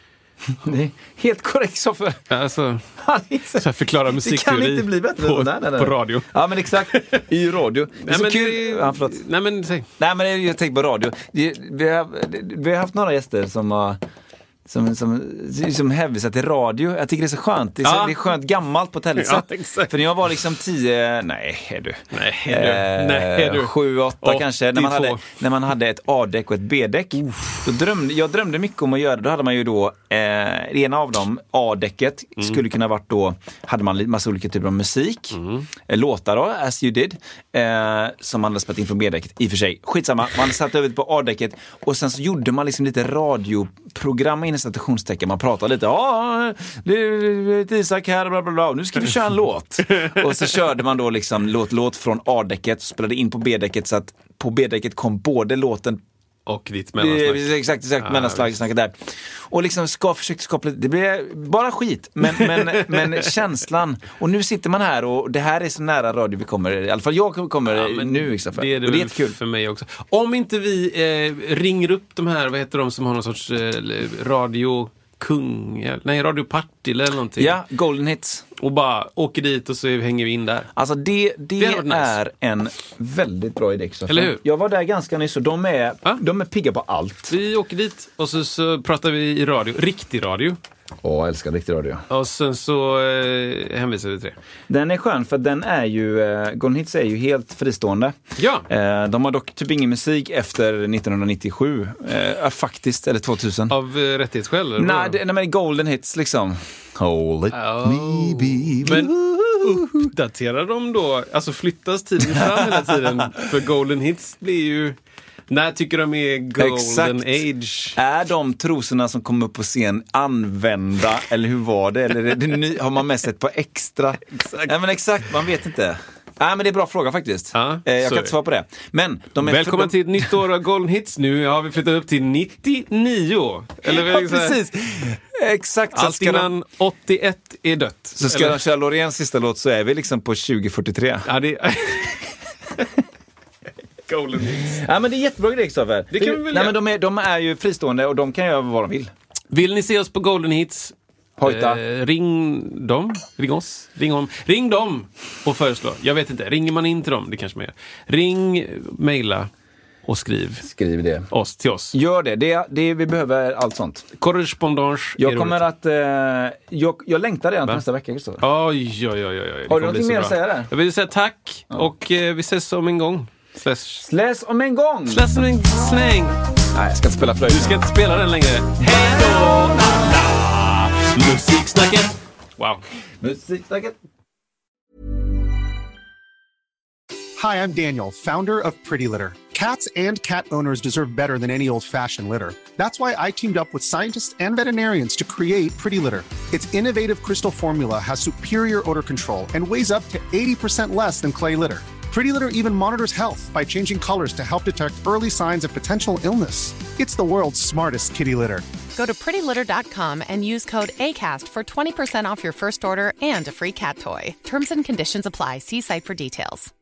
Det är helt korrekt så för. Alltså, så här förklara musikteori. Det kan inte bli bättre på, nej, nej, nej. på radio. Ja, men exakt. I radio. Det är nej, så men kul. Det, ja, förlåt. Nej, men säg. Nej, men jag tänker på radio. Vi, vi, har, vi har haft några gäster som har Som, som, som hänvisar till radio. Jag tycker det är så skönt. Det är, så, ja. det är skönt gammalt på ett härligt sätt. Ja, för när jag var liksom tio, nej är du. Nej är du. Eh, nej är du. Sju, åtta oh, kanske. När man, hade, när man hade ett A-däck och ett B-däck. Då drömde, jag drömde mycket om att göra det. Då hade man ju då, eh, ena av dem, A-däcket, mm. skulle kunna varit då, hade man massa olika typer av musik. Mm. Eh, låtar då, as you did. Eh, som man hade spelat in från B-däcket. I och för sig, skitsamma. Man satt över på A-däcket. Och sen så gjorde man liksom lite radioprogram in stationstecken. Man pratar lite, ja, det är Isak här, bla bla bla. Nu ska vi köra en låt. Och så körde man då liksom låt, låt från A-däcket, spelade in på B-däcket så att på B-däcket kom både låten och ditt mellanslag. Exakt, exakt, ah, mellanslag snacket där. Och liksom ska försöka skapa det blir bara skit, men, men, men känslan. Och nu sitter man här och det här är så nära radio vi kommer, i alla fall jag kommer ja, nu exakt. Det är det, och det är väl kul för mig också. Om inte vi eh, ringer upp de här, vad heter de som har någon sorts eh, radio kung, nej Radio Partille eller någonting. Ja, Golden Hits. Och bara åker dit och så hänger vi in där. Alltså det, det, det är nice. En väldigt bra idé. Eller hur? Jag var där ganska nyss och de är, ah? de är pigga på allt. Vi åker dit och så, så pratar vi i radio, riktig radio. Åh, jag älskar riktig radio. Och sen så eh, hänvisar vi till det. Den är skön för den är ju, eh, Golden Hits är ju helt fristående. Ja. Eh, de har dock typ ingen musik efter nittonhundranittiosju. Eh, faktiskt, eller tvåtusen. Av eh, rättighetsskäl? Eller nej, det, nej, men Golden Hits liksom. Hold it oh. me be. Men uppdaterar de då, alltså flyttas tiden fram hela tiden? För Golden Hits blir ju... När tycker de är Golden exakt. Age? Är de trosorna som kommer upp på scen använda, eller hur var det? Eller är det ny, har man med sig ett par extra? Exakt. Nej, men exakt, man vet inte. Nej, men det är en bra fråga faktiskt. Ja, eh, jag kan inte svara på det. Men de är välkommen de... till ett nytt år av Golden Hits. Nu har vi flyttat upp till nittionio. Eller ja, precis. Exakt. Allt innan de... åttioett är dött. Så ska eller? de köra Loreens sista låt så är vi liksom på tjugo fyrtiotre. Ja, det är... Golden Hits. Ja, men det är jättebra grej, Kristoffer. Det kan vi väl. Nej, men de är, de är ju fristående och de kan göra vad de vill. Vill ni se oss på Golden Hits? Hojta. Eh, ring dem. Ring oss. Ring om. Ring dem och föreslå. Jag vet inte. Ringer man in till dem? Det kanske man gör. Ring, mejla och skriv. Skriv det. Oss, till oss. Gör det. det, det vi behöver allt sånt. Korrespondens. Jag kommer att... Eh, jag, jag längtar redan till nästa vecka, Kristoffer. Oj, oj, oj, oj. Det har du någonting mer att säga där? Jag vill säga tack. Ja. Och eh, vi ses om en gång. Slash. Släs om en gång! Släs om en släng! Nej, jag ska inte spela flöjt. Du ska inte spela den längre. Hej då! Musiksnacket! Wow. Musiksnacket. Hi, I'm Daniel, founder of Pretty Litter. Cats and cat owners deserve better than any old-fashioned litter. That's why I teamed up with scientists and veterinarians to create Pretty Litter. Its innovative crystal formula has superior odor control and weighs up to eighty percent less than clay litter. Pretty Litter even monitors health by changing colors to help detect early signs of potential illness. It's the world's smartest kitty litter. Go to pretty litter dot com and use code ACAST for twenty percent off your first order and a free cat toy. Terms and conditions apply. See site for details.